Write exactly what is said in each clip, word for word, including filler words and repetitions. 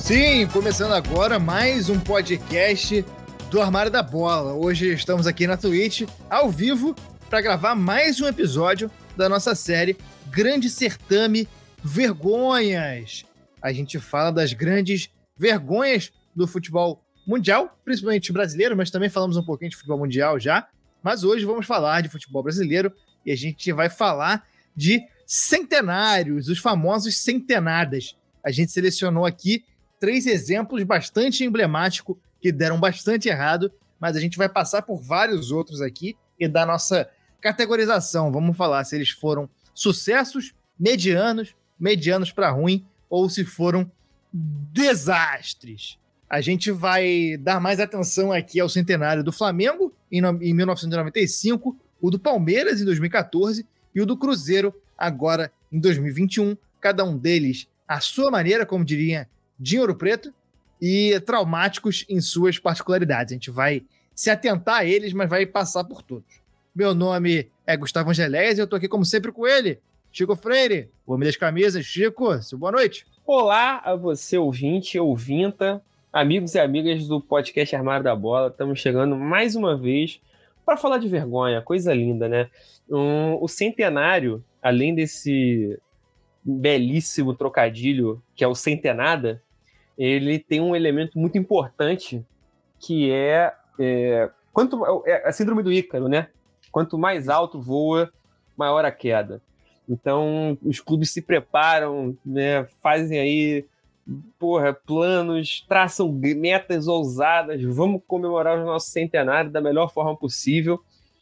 Sim, começando agora mais um podcast do Armário da Bola. Hoje estamos aqui na Twitch, ao vivo, para gravar mais um episódio da nossa série Grande Certame Vergonhas. A gente fala das grandes vergonhas do futebol mundial, principalmente brasileiro, mas também falamos um pouquinho de futebol mundial já. Mas hoje vamos falar de futebol brasileiro e a gente vai falar de centenários, os famosos centenadas. A gente selecionou aqui três exemplos bastante emblemáticos que deram bastante errado, mas a gente vai passar por vários outros aqui e dar nossa categorização. Vamos falar se eles foram sucessos, medianos, medianos para ruim, ou se foram desastres. A gente vai dar mais atenção aqui ao centenário do Flamengo, em mil novecentos e noventa e cinco, o do Palmeiras, em dois mil e catorze, e o do Cruzeiro, agora em dois mil e vinte e um. Cada um deles, à sua maneira, como diria de Ouro Preto, e traumáticos em suas particularidades. A gente vai se atentar a eles, mas vai passar por todos. Meu nome é Gustavo Angeléias e eu tô aqui, como sempre, com ele, Chico Freire, o homem das camisas. Chico, seu boa noite. Olá a você, ouvinte, ouvinta, amigos e amigas do podcast Armário da Bola. Estamos chegando mais uma vez para falar de vergonha, coisa linda, né? Um, o centenário, além desse belíssimo trocadilho que é o centenada, ele tem um elemento muito importante que é, é, quanto, é a síndrome do Ícaro, né? Quanto mais alto voa, maior a queda. Então, os clubes se preparam, né? Fazem aí, porra, planos, traçam metas ousadas, vamos comemorar o nosso centenário da melhor forma possível.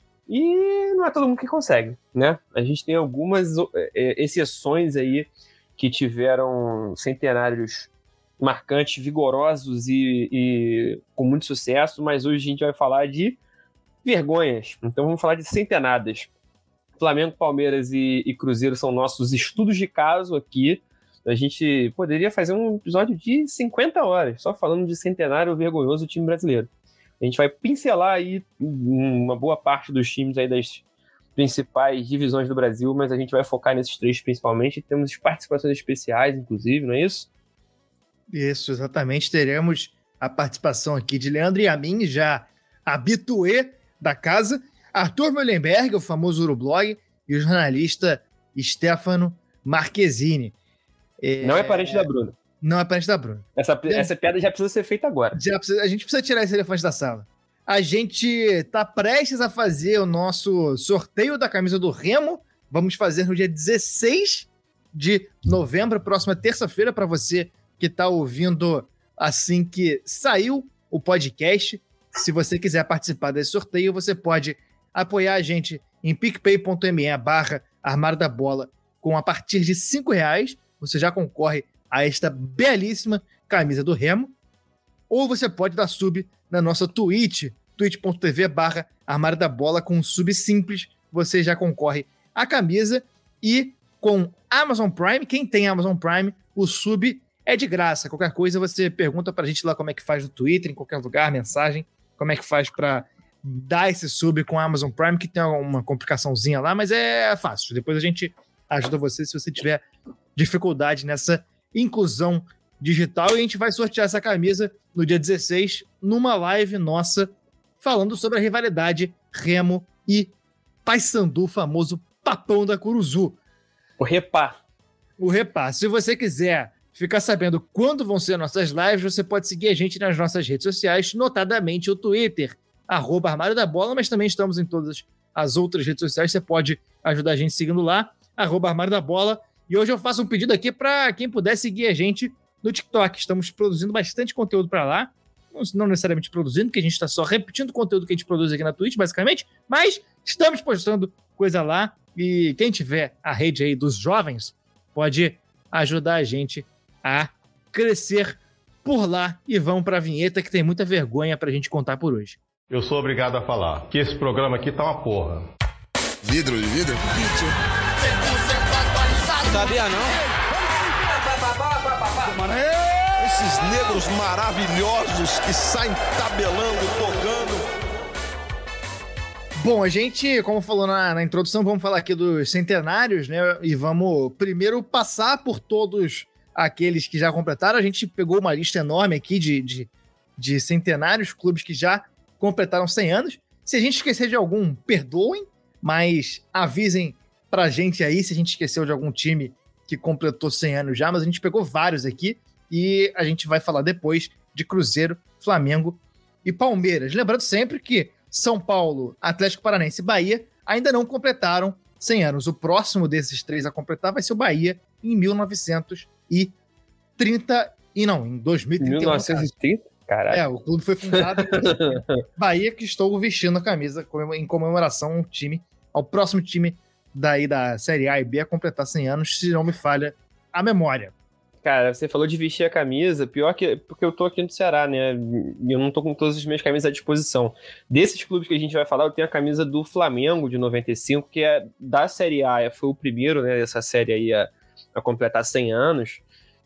E não é todo mundo que consegue, né? A gente tem algumas é, exceções aí que tiveram centenários marcantes, vigorosos e, e com muito sucesso, mas hoje a gente vai falar de vergonhas. Então vamos falar de centenadas. Flamengo, Palmeiras e, e Cruzeiro são nossos estudos de caso aqui. A gente poderia fazer um episódio de cinquenta horas, só falando de centenário vergonhoso do time brasileiro. A gente vai pincelar aí uma boa parte dos times aí das principais divisões do Brasil, mas a gente vai focar nesses três principalmente. Temos participações especiais, inclusive, não é isso? Isso, exatamente. Teremos a participação aqui de Leandro e a mim, já habituê da casa, Arthur Meulenberg, o famoso Urublog, e o jornalista Stefano Marquezine. É... Não é parente da Bruna. Não é parente da Bruna. Essa, essa piada já precisa ser feita agora. Já precisa, a gente precisa tirar esse elefante da sala. A gente está prestes a fazer o nosso sorteio da camisa do Remo. Vamos fazer no dia dezesseis de novembro, próxima terça-feira, para você que está ouvindo assim que saiu o podcast. Se você quiser participar desse sorteio, você pode apoiar a gente em picpay.me barra Armário da Bola com a partir de cinco reais. Você já concorre a esta belíssima camisa do Remo. Ou você pode dar sub na nossa Twitch, twitch.tv barra Armário da Bola, com um sub simples. Você já concorre à camisa. E com Amazon Prime, quem tem Amazon Prime, o sub é de graça. Qualquer coisa você pergunta pra gente lá como é que faz no Twitter, em qualquer lugar, mensagem, como é que faz pra dar esse sub com a Amazon Prime, que tem uma complicaçãozinha lá, mas é fácil. Depois a gente ajuda você se você tiver dificuldade nessa inclusão digital, e a gente vai sortear essa camisa no dia dezesseis, numa live nossa, falando sobre a rivalidade Remo e Paysandu, o famoso papão da Curuzu. O Repá. O Repá. Se você quiser ficar sabendo quando vão ser nossas lives, você pode seguir a gente nas nossas redes sociais, notadamente o Twitter, arroba Armário da Bola, mas também estamos em todas as outras redes sociais, você pode ajudar a gente seguindo lá, arroba Armário da Bola. E hoje eu faço um pedido aqui para quem puder seguir a gente no TikTok. Estamos produzindo bastante conteúdo para lá. Não necessariamente produzindo, porque a gente está só repetindo o conteúdo que a gente produz aqui na Twitch, basicamente. Mas estamos postando coisa lá. E quem tiver a rede aí dos jovens pode ajudar a gente a crescer por lá. E vamos para a vinheta, que tem muita vergonha para a gente contar por hoje. Eu sou obrigado a falar que esse programa aqui tá uma porra. Vidro de vidro? Vidro. Sabia não? Esses negros maravilhosos que saem tabelando, tocando. Bom, a gente, como falou na, na introdução, vamos falar aqui dos centenários, né? E vamos primeiro passar por todos aqueles que já completaram. A gente pegou uma lista enorme aqui de, de, de centenários, clubes que já completaram cem anos. Se a gente esquecer de algum, perdoem, mas avisem pra gente aí se a gente esqueceu de algum time que completou cem anos já, mas a gente pegou vários aqui e a gente vai falar depois de Cruzeiro, Flamengo e Palmeiras. Lembrando sempre que São Paulo, Atlético Paranaense e Bahia ainda não completaram cem anos. O próximo desses três a completar vai ser o Bahia em mil novecentos e trinta e não, em dois mil e trinta e um. mil novecentos e trinta? Caralho. É, o clube foi fundado em Bahia, que estou vestindo a camisa em comemoração ao time, ao próximo time daí da Série A e B a completar cem anos, se não me falha a memória. Cara, você falou de vestir a camisa, pior que porque eu tô aqui no Ceará, né? E eu não tô com todas as minhas camisas à disposição. Desses clubes que a gente vai falar, eu tenho a camisa do Flamengo de noventa e cinco, que é da Série A, foi o primeiro, né, dessa série aí a, a completar cem anos.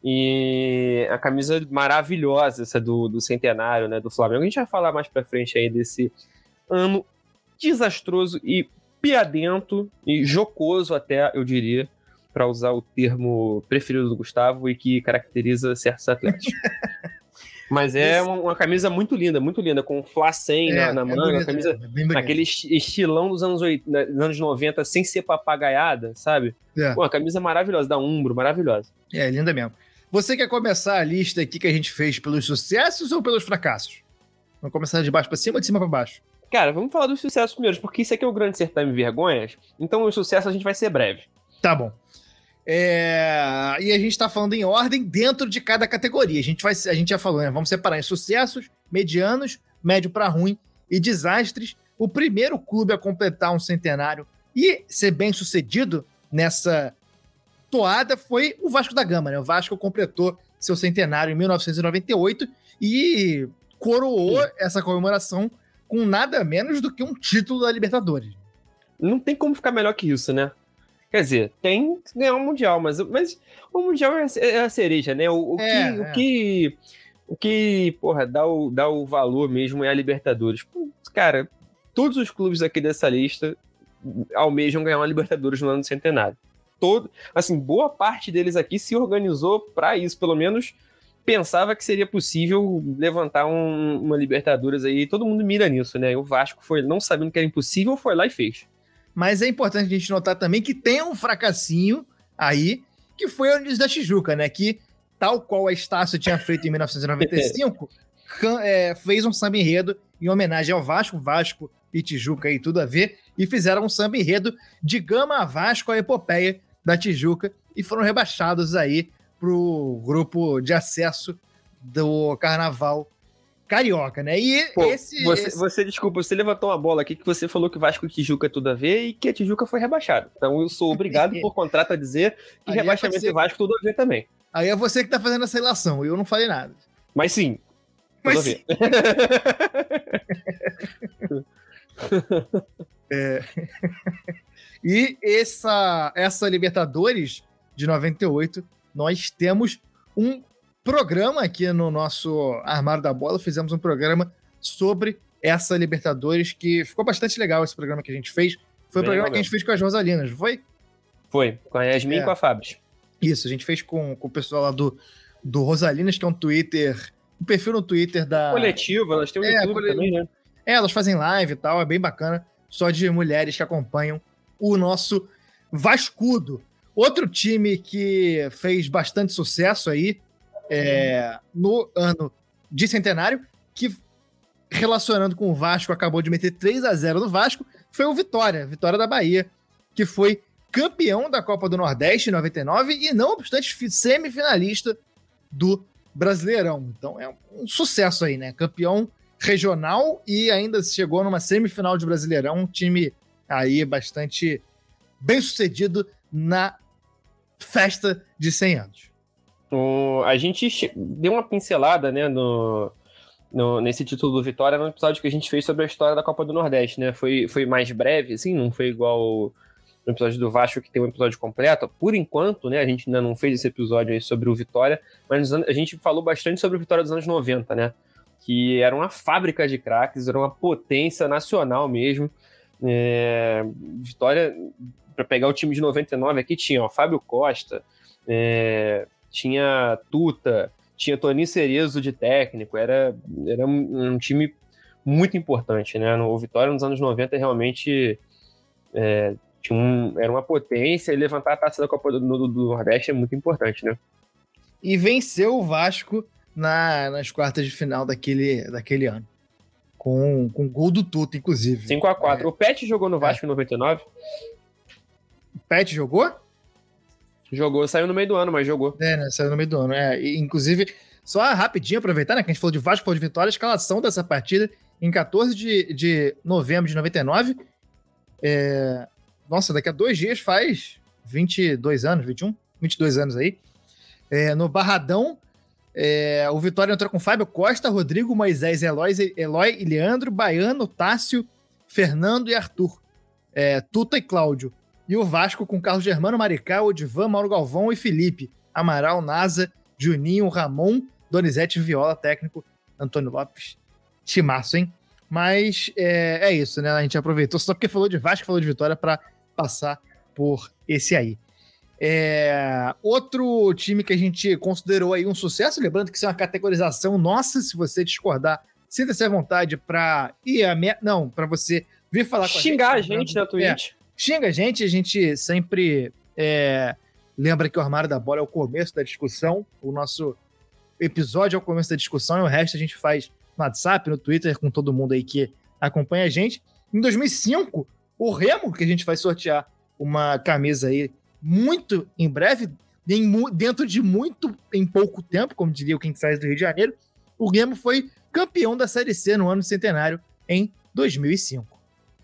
E a camisa maravilhosa, essa do, do centenário, né, do Flamengo. A gente vai falar mais pra frente aí desse ano desastroso e piadento e jocoso até, eu diria, para usar o termo preferido do Gustavo e que caracteriza certos atletas. Mas é uma, uma camisa muito linda, muito linda, com Fla cem é, na, na é manga, bonito, camisa, é aquele estilão dos anos, oitenta, dos anos noventa, sem ser papagaiada, sabe? É. Pô, uma camisa maravilhosa, da Umbro, maravilhosa. É, linda mesmo. Você quer começar a lista aqui que a gente fez pelos sucessos ou pelos fracassos? Vamos começar de baixo para cima ou de cima para baixo? Cara, vamos falar dos sucessos primeiro, porque isso aqui é o grande certame vergonhas, então os sucessos a gente vai ser breve. Tá bom. É... E a gente tá falando em ordem dentro de cada categoria. A gente, vai, a gente já falou, né? Vamos separar em sucessos, medianos, médio para ruim e desastres. O primeiro clube a completar um centenário e ser bem sucedido nessa toada foi o Vasco da Gama, né? O Vasco completou seu centenário em mil novecentos e noventa e oito e coroou Sim. essa comemoração com nada menos do que um título da Libertadores. Não tem como ficar melhor que isso, né? Quer dizer, tem que ganhar um Mundial, mas, mas o Mundial é a cereja, né? O, o, é, que, é. o que, o que, porra, dá o, dá o valor mesmo é a Libertadores. Cara, todos os clubes aqui dessa lista almejam ganhar uma Libertadores no ano do centenário. Todo, assim, boa parte deles aqui se organizou para isso, pelo menos pensava que seria possível levantar um, uma Libertadores aí, todo mundo mira nisso, né? O Vasco foi, não sabendo que era impossível, foi lá e fez. Mas é importante a gente notar também que tem um fracassinho aí, que foi o Unidos da Tijuca, né? Que, tal qual a Estácio tinha feito em mil novecentos e noventa e cinco, é, fez um samba enredo em homenagem ao Vasco, Vasco e Tijuca aí tudo a ver, e fizeram um samba enredo de Gama a Vasco, a epopeia da Tijuca, e foram rebaixados aí pro grupo de acesso do Carnaval Carioca, né? E Pô, esse, você, esse... você, desculpa, você levantou uma bola aqui que você falou que Vasco e Tijuca é tudo a ver e que a Tijuca foi rebaixada. Então eu sou obrigado por contrato a dizer que aí rebaixamento é e Vasco tudo a ver também. Aí é você que tá fazendo essa relação, eu não falei nada. Mas sim, tudo Mas a ver. é... E essa, essa Libertadores de noventa e oito, nós temos um programa aqui no nosso Armário da Bola, fizemos um programa sobre essa Libertadores, que ficou bastante legal esse programa que a gente fez. Foi o programa que a gente fez com as Rosalinas, não foi? Foi, com a Yasmin é. e com a Fábio. Isso, a gente fez com, com o pessoal lá do, do Rosalinas, que é um Twitter, um perfil no Twitter da... Coletivo, elas têm um é, YouTube cole... também, né? É, elas fazem live e tal, é bem bacana, só de mulheres que acompanham o nosso Vascudo. Outro time que fez bastante sucesso aí, É, no ano de centenário, que relacionando com o Vasco, acabou de meter três a zero no Vasco, foi o Vitória, Vitória da Bahia, que foi campeão da Copa do Nordeste em noventa e nove e, não obstante, semifinalista do Brasileirão. Então é um sucesso aí, né? Campeão regional e ainda chegou numa semifinal de Brasileirão, um time aí bastante bem sucedido na festa de cem anos. O, a gente deu uma pincelada, né, no, no, nesse título do Vitória no episódio que a gente fez sobre a história da Copa do Nordeste, né? Foi, foi mais breve, assim, não foi igual no episódio do Vasco, que tem um episódio completo. Por enquanto, né, a gente ainda não fez esse episódio aí sobre o Vitória, mas a gente falou bastante sobre o Vitória dos anos noventa, né? Que era uma fábrica de craques, era uma potência nacional mesmo. É, Vitória, para pegar o time de noventa e nove aqui, tinha ó, Fábio Costa, é, tinha Tuta, tinha Toninho Cerezo de técnico, era, era um, um time muito importante, né? O Vitória nos anos noventa realmente é, tinha um, era uma potência, e levantar a taça da Copa do, do, do Nordeste é muito importante, né? E venceu o Vasco na, nas quartas de final daquele, daquele ano. Com, com gol do Tuta, inclusive. cinco a quatro. É. O Pet jogou no Vasco é. em noventa e nove. O Pet jogou? Jogou, saiu no meio do ano, mas jogou. É, né? Saiu no meio do ano. É. E, inclusive, só rapidinho aproveitar, né? Que a gente falou de Vasco, falou de Vitória, a escalação dessa partida em quatorze de novembro de noventa e nove. É... Nossa, daqui a dois dias faz vinte e dois anos, vinte e um, vinte e dois anos aí. É, no Barradão, é, o Vitória entrou com Fábio Costa, Rodrigo, Moisés, Eloy, Eloy e Leandro, Baiano, Tássio, Fernando e Arthur. É, Tuta e Cláudio. E o Vasco com Carlos Germano, Maricá, Odivan, Mauro Galvão e Felipe. Amaral, Nasa, Juninho, Ramon, Donizete, Viola, técnico, Antônio Lopes. Timaço, hein? Mas é, é isso, né? A gente aproveitou só porque falou de Vasco, falou de Vitória para passar por esse aí. É, outro time que a gente considerou aí um sucesso, lembrando que isso é uma categorização nossa, se você discordar, sinta-se à vontade para ir a me... não, para você vir falar com xingar a gente. Xingar a gente na Twitch. É, xinga a gente, a gente sempre é, lembra que o Armário da Bola é o começo da discussão, o nosso episódio é o começo da discussão e o resto a gente faz no WhatsApp, no Twitter, com todo mundo aí que acompanha a gente. Em dois mil e cinco, o Remo, que a gente vai sortear uma camisa aí muito em breve, em, dentro de muito em pouco tempo, como diria o Quem Sai do Rio de Janeiro, o Remo foi campeão da Série C no ano centenário em dois mil e cinco.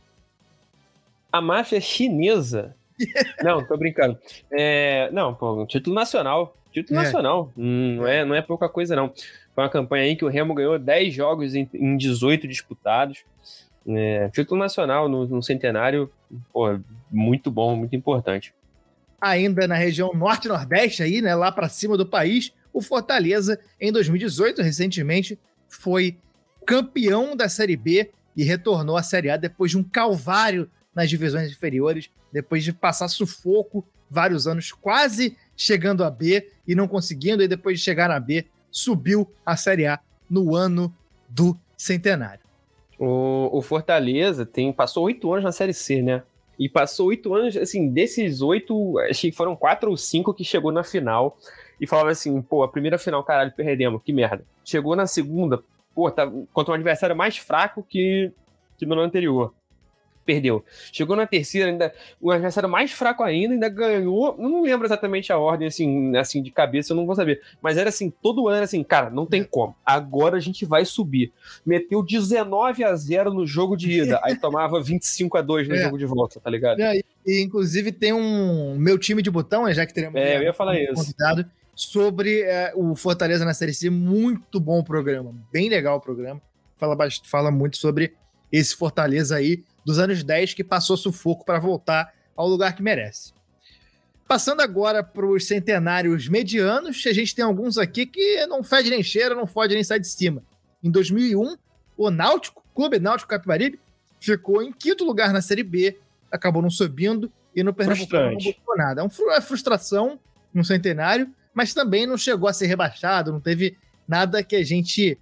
A máfia chinesa... Não, tô brincando. É, não, pô, título nacional. Título é. nacional. Hum, não, é, não é pouca coisa, não. Foi uma campanha aí que o Remo ganhou dez jogos em, em dezoito disputados. É, título nacional no, no centenário, pô, muito bom, muito importante. Ainda na região norte-nordeste, aí, né, lá para cima do país, o Fortaleza, em dois mil e dezoito, recentemente, foi campeão da Série B e retornou à Série A depois de um calvário nas divisões inferiores, depois de passar sufoco vários anos, quase chegando a B e não conseguindo, e depois de chegar na B, subiu a Série A no ano do centenário. O, o Fortaleza tem, passou oito anos na Série C, né? E passou oito anos, assim, desses oito, acho que foram quatro ou cinco que chegou na final e falava assim, pô, a primeira final, caralho, perdemos, que merda. Chegou na segunda, pô, tá contra um adversário mais fraco que, que no ano anterior. Perdeu. Chegou na terceira, ainda o adversário mais fraco ainda, ainda ganhou, não lembro exatamente a ordem, assim, assim, de cabeça, eu não vou saber, mas era assim, todo ano era assim, cara, não tem como, agora a gente vai subir. Meteu dezenove a zero no jogo de ida, aí tomava vinte e cinco a dois no é. jogo de volta, tá ligado? É, e inclusive tem um meu time de botão, já que teremos é, eu ia falar um isso. convidado, sobre é, o Fortaleza na Série C, muito bom o programa, bem legal o programa, fala, fala muito sobre esse Fortaleza aí, dos anos dez, que passou sufoco para voltar ao lugar que merece. Passando agora para os centenários medianos, a gente tem alguns aqui que não fede nem cheira, não fode nem sai de cima. Em dois mil e um, o Náutico, Clube Náutico Capibaribe, ficou em quinto lugar na Série B, acabou não subindo e no Pernambucano não botou nada. É uma frustração no centenário, mas também não chegou a ser rebaixado, não teve nada que a gente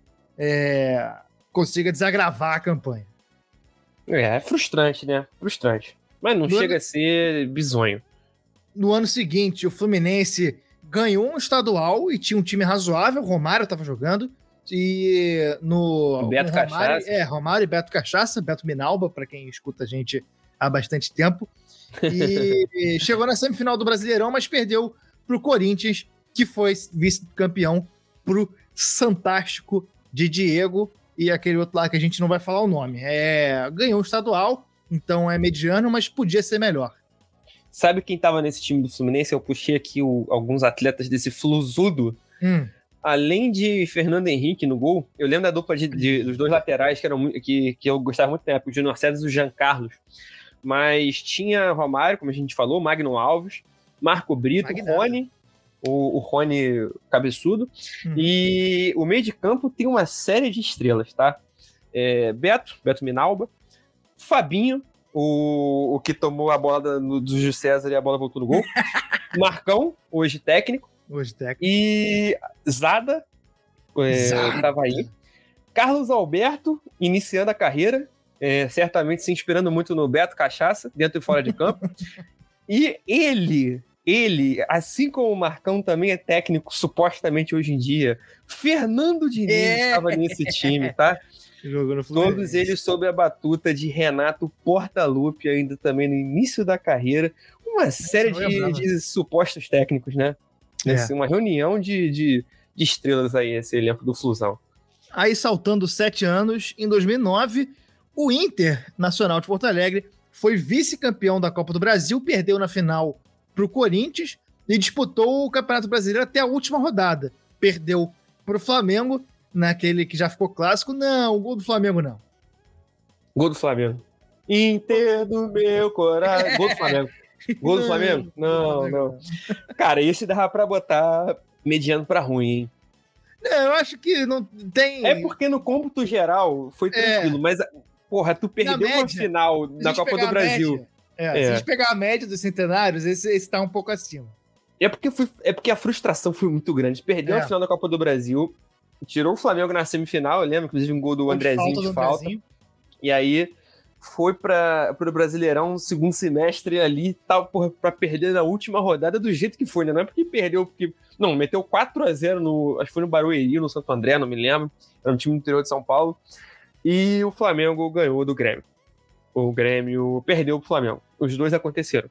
é, consiga desagravar a campanha. É, é frustrante, né? Frustrante. Mas não no chega ano... a ser bizonho. No ano seguinte, o Fluminense ganhou um estadual e tinha um time razoável. O Romário estava jogando. E no. Beto Romário, Cachaça. É, Romário e Beto Cachaça, Beto Minalba, para quem escuta a gente há bastante tempo. E chegou na semifinal do Brasileirão, mas perdeu para o Corinthians, que foi vice-campeão pro Santástico de Diego. E aquele outro lá que a gente não vai falar o nome. É, ganhou o estadual, então é mediano, mas podia ser melhor. Sabe quem tava nesse time do Fluminense? Eu puxei aqui o, alguns atletas desse Fluzudo. Hum. Além de Fernando Henrique no gol, eu lembro da dupla de, de, dos dois laterais que, eram, que, que eu gostava muito na época, o Júnior César e o Jean Carlos. Mas tinha Romário, como a gente falou, Magno Alves, Marco Brito, Magnado. Rony... O, o Rony cabeçudo, hum. E o meio de campo tem uma série de estrelas, tá? É, Beto, Beto Minalba, Fabinho, o, o que tomou a bola da, no, do Júlio César e a bola voltou no gol, Marcão, hoje técnico, Hoje técnico. E Zada, estava aí. Carlos Alberto, iniciando a carreira, é, certamente se inspirando muito no Beto Cachaça, dentro e fora de campo. E ele, ele, assim como o Marcão, também é técnico, supostamente hoje em dia. Fernando Diniz é. estava nesse time, tá? Jogou no Fluminense. Todos eles sob a batuta de Renato Portaluppi, ainda também no início da carreira. Uma série de, de supostos técnicos, né? É. Uma reunião de, de, de estrelas aí, esse elenco do Flusão. Aí, saltando sete anos, em dois mil e nove, o Internacional de Porto Alegre foi vice-campeão da Copa do Brasil, perdeu na final para o Corinthians e disputou o Campeonato Brasileiro até a última rodada. Perdeu para o Flamengo, naquele que já ficou clássico. Não, o gol do Flamengo não. Gol do Flamengo. Inter do meu coração. Gol do Flamengo. Gol do Flamengo? Não, não. Cara, esse dava para botar mediano para ruim, hein? É, eu acho que não tem... É porque no cômputo geral foi tranquilo, é. mas, porra, tu perdeu média, uma final na Copa do Brasil. Média, é, é. Se a gente pegar a média dos centenários, esse, esse tá um pouco acima. É porque, foi, é porque a frustração foi muito grande. Perdeu é. a final da Copa do Brasil, tirou o Flamengo na semifinal, eu lembro, inclusive um gol do Andrezinho de falta. Andrezinho. E aí foi para o Brasileirão no segundo semestre ali, tal, porra, pra perder na última rodada do jeito que foi, né? Não é porque perdeu, porque... Não, meteu quatro a zero no... Acho que foi no Barueri, no Santo André, não me lembro. Era um time do interior de São Paulo. E o Flamengo ganhou do Grêmio. O Grêmio perdeu pro Flamengo. Os dois aconteceram.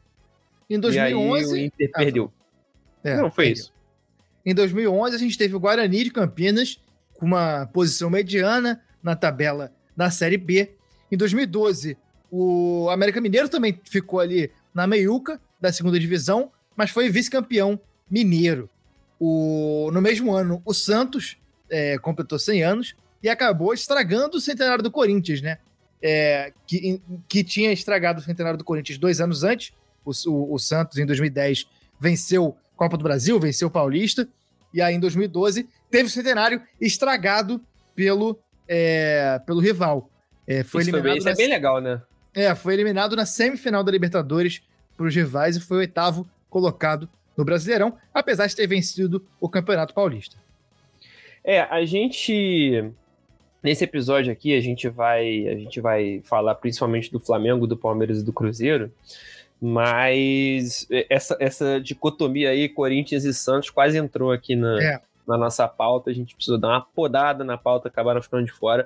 Em dois mil e onze... E aí o Inter ah, perdeu. É, não, foi perdeu. isso. Em dois mil e onze, a gente teve o Guarani de Campinas com uma posição mediana na tabela da Série B. Em dois mil e doze, o América Mineiro também ficou ali na meiuca da segunda divisão, mas foi vice-campeão mineiro. O, no mesmo ano, o Santos é, completou cem anos e acabou estragando o centenário do Corinthians, né? É, que, que tinha estragado o centenário do Corinthians dois anos antes. O, o, o Santos, em dois mil e dez, venceu a Copa do Brasil, venceu o Paulista. E aí, em dois mil e doze, teve o centenário estragado pelo, é, pelo rival. É, foi isso eliminado foi bem, isso na... é bem legal, né? É, foi eliminado na semifinal da Libertadores para os rivais e foi o oitavo colocado no Brasileirão, apesar de ter vencido o Campeonato Paulista. É, a gente... Nesse episódio aqui, a gente vai, a gente vai falar principalmente do Flamengo, do Palmeiras e do Cruzeiro, mas essa, essa dicotomia aí, Corinthians e Santos, quase entrou aqui na, é. na nossa pauta. A gente precisou dar uma podada na pauta, acabaram ficando de fora.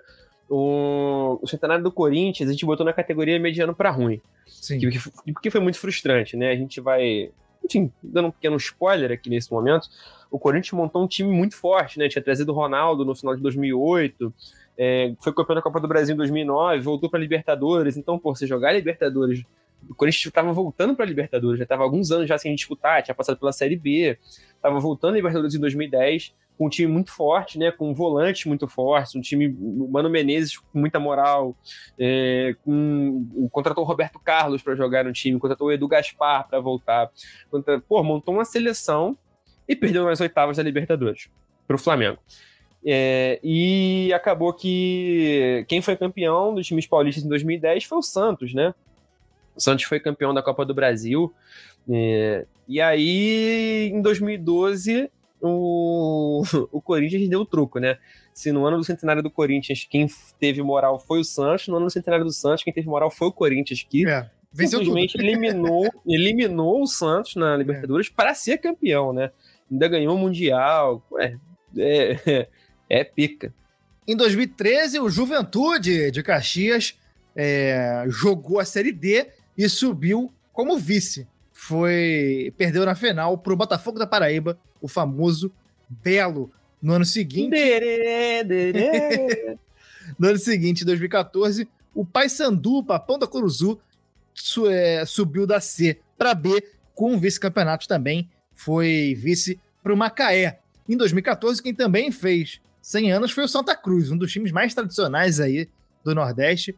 O, o centenário do Corinthians a gente botou na categoria mediano para ruim. Sim. Que, que, porque foi muito frustrante, né? A gente vai, enfim, dando um pequeno spoiler aqui nesse momento. O Corinthians montou um time muito forte, né? Tinha trazido o Ronaldo no final de dois mil e oito, é, foi campeão da Copa do Brasil em dois mil e nove, voltou para Libertadores. Então, pô, você jogar Libertadores, o Corinthians estava voltando para Libertadores, já estava há alguns anos já sem disputar, tinha passado pela Série B, estava voltando a Libertadores em dois mil e dez, com um time muito forte, né, com volantes muito fortes, um time, o Mano Menezes com muita moral, é, com, contratou o Roberto Carlos para jogar no time, contratou o Edu Gaspar para voltar, contra, pô, montou uma seleção e perdeu nas oitavas da Libertadores para o Flamengo. É, e acabou que quem foi campeão dos times paulistas em dois mil e dez foi o Santos, né? O Santos foi campeão da Copa do Brasil. É, e aí, em dois mil e doze, o, o Corinthians deu o truco, né? Se no ano do centenário do Corinthians quem teve moral foi o Santos, no ano do centenário do Santos quem teve moral foi o Corinthians, que é, simplesmente eliminou, eliminou o Santos na Libertadores é. para ser campeão, né? Ainda ganhou o Mundial. É, é, é pica. Em dois mil e treze, o Juventude de Caxias é, jogou a Série D e subiu como vice. Foi, perdeu na final para o Botafogo da Paraíba, o famoso Belo. No ano seguinte... Derê, derê. No ano seguinte, em dois mil e quatorze, o Paysandu, o Papão da Curuzu, su, é, subiu da C para B com um vice-campeonato também. Foi vice para o Macaé. Em dois mil e quatorze, quem também fez cem anos foi o Santa Cruz, um dos times mais tradicionais aí do Nordeste.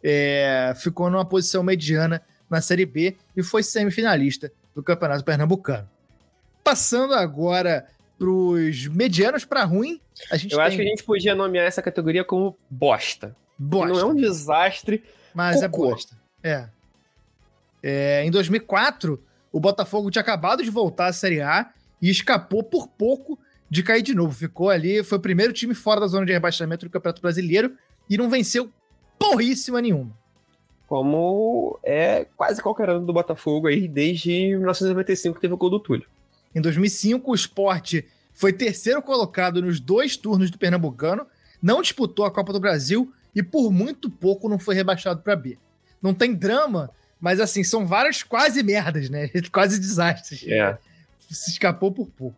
É, ficou numa posição mediana na Série B e foi semifinalista do Campeonato Pernambucano. Passando agora para os medianos para ruim, a gente Eu tem... acho que a gente podia nomear essa categoria como bosta. Bosta. Não é um desastre, mas cocô. é bosta. É. é. Em dois mil e quatro, o Botafogo tinha acabado de voltar à Série A e escapou por pouco de cair de novo. Ficou ali, foi o primeiro time fora da zona de rebaixamento do Campeonato Brasileiro e não venceu porríssima nenhuma. Como é quase qualquer ano do Botafogo aí, desde mil novecentos e noventa e cinco que teve o gol do Túlio. Em dois mil e cinco, o Sport foi terceiro colocado nos dois turnos do Pernambucano, não disputou a Copa do Brasil e por muito pouco não foi rebaixado para B. Não tem drama, mas assim, são várias quase merdas, né? Quase desastres. É. Se escapou por pouco.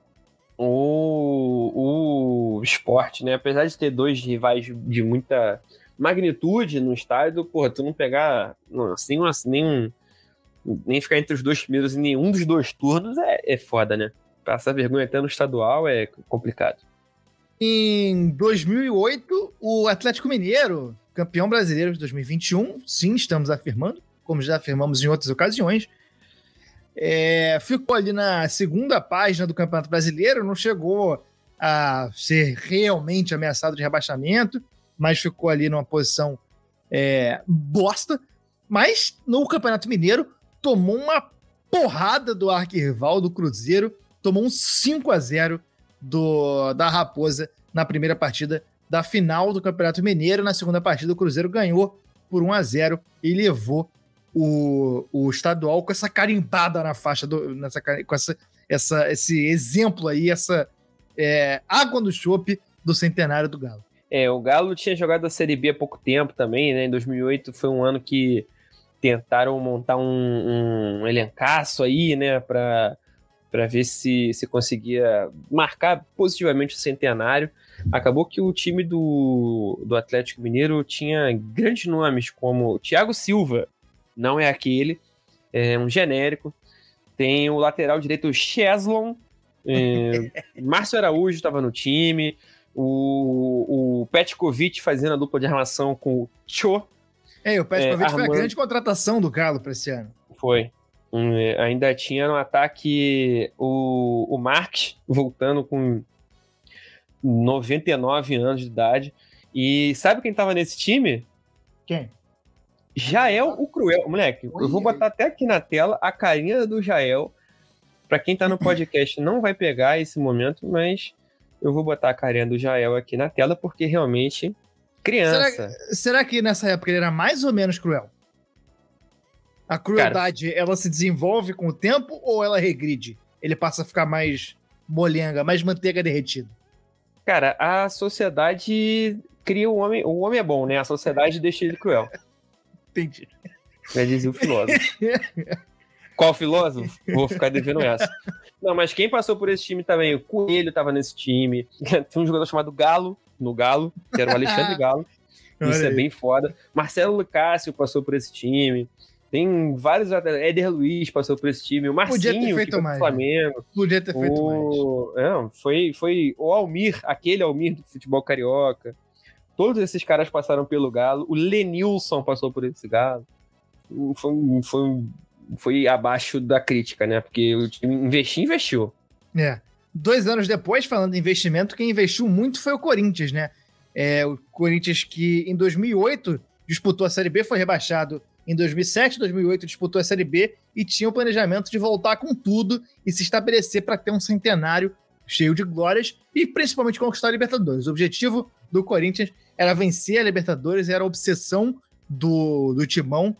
O, o Sport, né? Apesar de ter dois rivais de muita magnitude no estádio, porra, tu não pegar não, assim, nem, nem ficar entre os dois primeiros em nenhum dos dois turnos é, é foda, né? Passar vergonha até no estadual é complicado. Em dois mil e oito, o Atlético Mineiro, campeão brasileiro de dois mil e vinte e um, sim, estamos afirmando, como já afirmamos em outras ocasiões, é, ficou ali na segunda página do Campeonato Brasileiro, não chegou a ser realmente ameaçado de rebaixamento, mas ficou ali numa posição é, bosta. Mas no Campeonato Mineiro tomou uma porrada do arquirrival do Cruzeiro, tomou um cinco a zero do, da Raposa na primeira partida da final do Campeonato Mineiro. Na segunda partida o Cruzeiro ganhou por um a zero e levou o, o estadual com essa carimbada na faixa, do, nessa, com essa, essa, esse exemplo aí, essa é, água no chope do centenário do Galo. É, o Galo tinha jogado a Série B há pouco tempo também, né? Em dois mil e oito foi um ano que tentaram montar um, um elencaço aí, né? Para para ver se, se conseguia marcar positivamente o centenário. Acabou que o time do, do Atlético Mineiro tinha grandes nomes, como Thiago Silva, não é aquele, é um genérico. Tem o lateral direito Cheslon, é, Márcio Araújo estava no time, o, o Petkovic fazendo a dupla de armação com o Cho. É, o Petkovic é, foi a grande contratação do Galo para esse ano. Foi. Um, ainda tinha no ataque o, o Marques, voltando com noventa e nove anos de idade. E sabe quem tava nesse time? Quem? Jael o Cruel. Moleque, Oi. Eu vou botar até aqui na tela a carinha do Jael. Pra quem tá no podcast não vai pegar esse momento, mas eu vou botar a carinha do Jael aqui na tela, porque realmente, criança. Será, será que nessa época ele era mais ou menos cruel? A crueldade, Cara, ela se desenvolve com o tempo ou ela regride? Ele passa a ficar mais molenga, mais manteiga derretida? Cara, a sociedade cria o homem... O homem é bom, né? A sociedade deixa ele cruel. Entendi. Já dizia o filósofo. Qual filósofo? Vou ficar devendo essa. Não, mas quem passou por esse time também? O Coelho tava nesse time. Tinha um jogador chamado Galo, no Galo, que era o Alexandre Galo. Isso é bem foda. Marcelo Lucácio passou por esse time. Tem vários atletas. Éder Luiz passou por esse time. O Marcinho, que foi do Flamengo. Né? Podia ter feito o... mais. Não, foi, foi o Almir, aquele Almir do futebol carioca. Todos esses caras passaram pelo Galo. O Lenilson passou por esse Galo. Foi, foi, foi abaixo da crítica, né? Porque o time investiu, investiu. É. Dois anos depois, falando em investimento, quem investiu muito foi o Corinthians, né? É, o Corinthians que em dois mil e oito disputou a Série B, foi rebaixado em dois mil e sete, dois mil e oito disputou a Série B e tinha o planejamento de voltar com tudo e se estabelecer para ter um centenário cheio de glórias e principalmente conquistar a Libertadores. O objetivo do Corinthians era vencer a Libertadores, era a obsessão do, do Timão,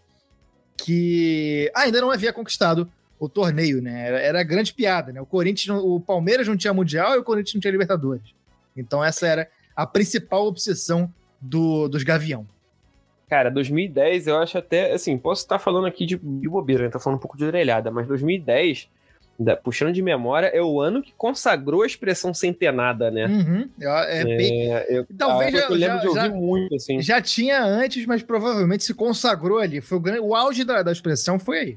que ainda não havia conquistado o torneio, né? Era, era grande piada, né? O Corinthians, o Palmeiras não tinha Mundial e o Corinthians não tinha Libertadores. Então essa era a principal obsessão do, dos Gavião. Cara, dois mil e dez, eu acho até, assim, posso estar falando aqui de, de bobeira, né? Tá falando um pouco de orelhada, mas dois mil e dez, da, puxando de memória, é o ano que consagrou a expressão centenada, né? Uhum. É, é bem... é, eu, Talvez já, eu lembro já, de ouvir já, muito, assim. Já tinha antes, mas provavelmente se consagrou ali. Foi o, grande, o auge da, da expressão foi aí.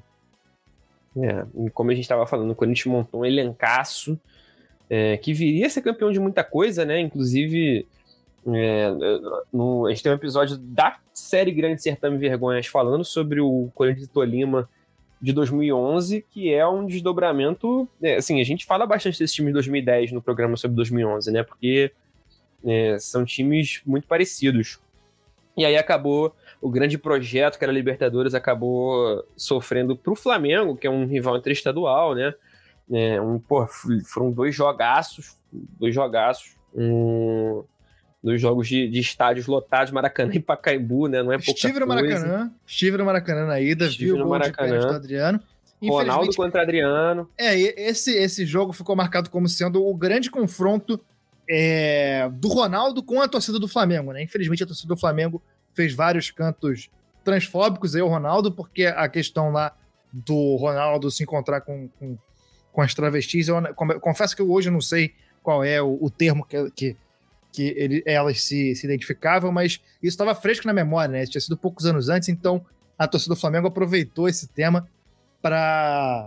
É, como a gente estava falando, o Corinthians montou um elencaço é, que viria a ser campeão de muita coisa, né? Inclusive... É, no, a gente tem um episódio da série Grande Sertão e Vergonhas falando sobre o Corinthians de Tolima de dois mil e onze, que é um desdobramento, é, assim, a gente fala bastante desse time de dois mil e dez no programa sobre dois mil e onze, né, porque é, são times muito parecidos, e aí acabou, o grande projeto que era a Libertadores acabou sofrendo pro Flamengo, que é um rival interestadual, né, É, um, pô, foram dois jogaços, dois jogaços, um, dois jogos de, de estádios lotados, Maracanã e Pacaembu, né? Não é pouca Estive no coisa. Maracanã, estive no Maracanã na ida, Estive vi o no gol Maracanã. de pênalti do Adriano. Ronaldo contra Adriano. É, esse, esse jogo ficou marcado como sendo o grande confronto é, do Ronaldo com a torcida do Flamengo, né? Infelizmente, a torcida do Flamengo fez vários cantos transfóbicos aí ao Ronaldo, porque a questão lá do Ronaldo se encontrar com, com, com as travestis, eu confesso que eu hoje não sei qual é o, o termo que, que, que ele, elas se, se identificavam, mas isso estava fresco na memória, né? Isso tinha sido poucos anos antes, então a torcida do Flamengo aproveitou esse tema para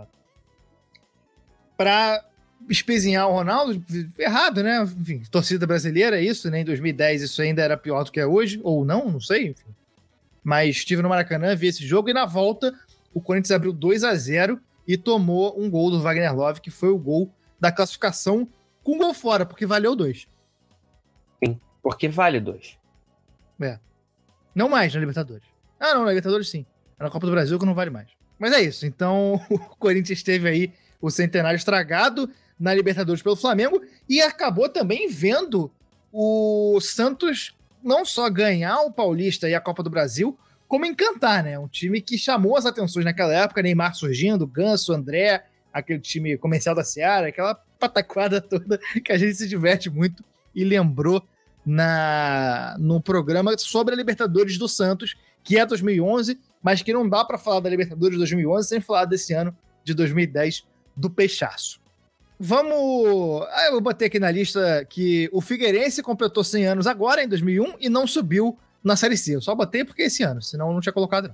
para espezinhar o Ronaldo, errado, né? Enfim, torcida brasileira é isso, né? Em dois mil e dez isso ainda era pior do que é hoje, ou não, não sei, enfim. Mas estive no Maracanã, vi esse jogo, e na volta o Corinthians abriu dois a zero e tomou um gol do Wagner Love, que foi o gol da classificação com gol fora, porque valeu dois. Sim, porque vale dois. É. Não mais na Libertadores. Ah, não, na Libertadores sim. É na Copa do Brasil que não vale mais. Mas é isso, então o Corinthians teve aí o centenário estragado na Libertadores pelo Flamengo e acabou também vendo o Santos não só ganhar o Paulista e a Copa do Brasil, como encantar, né? Um time que chamou as atenções naquela época, Neymar surgindo, Ganso, André, aquele time comercial da Seara, aquela pataquada toda que a gente se diverte muito e lembrou na, no programa sobre a Libertadores do Santos, que é dois mil e onze, mas que não dá para falar da Libertadores de dois mil e onze sem falar desse ano de dois mil e dez do Peixaço. Vamos... Ah, eu vou bater aqui na lista que o Figueirense completou cem anos agora, em dois mil e um, e não subiu na Série C. Eu só botei porque é esse ano, senão eu não tinha colocado, não.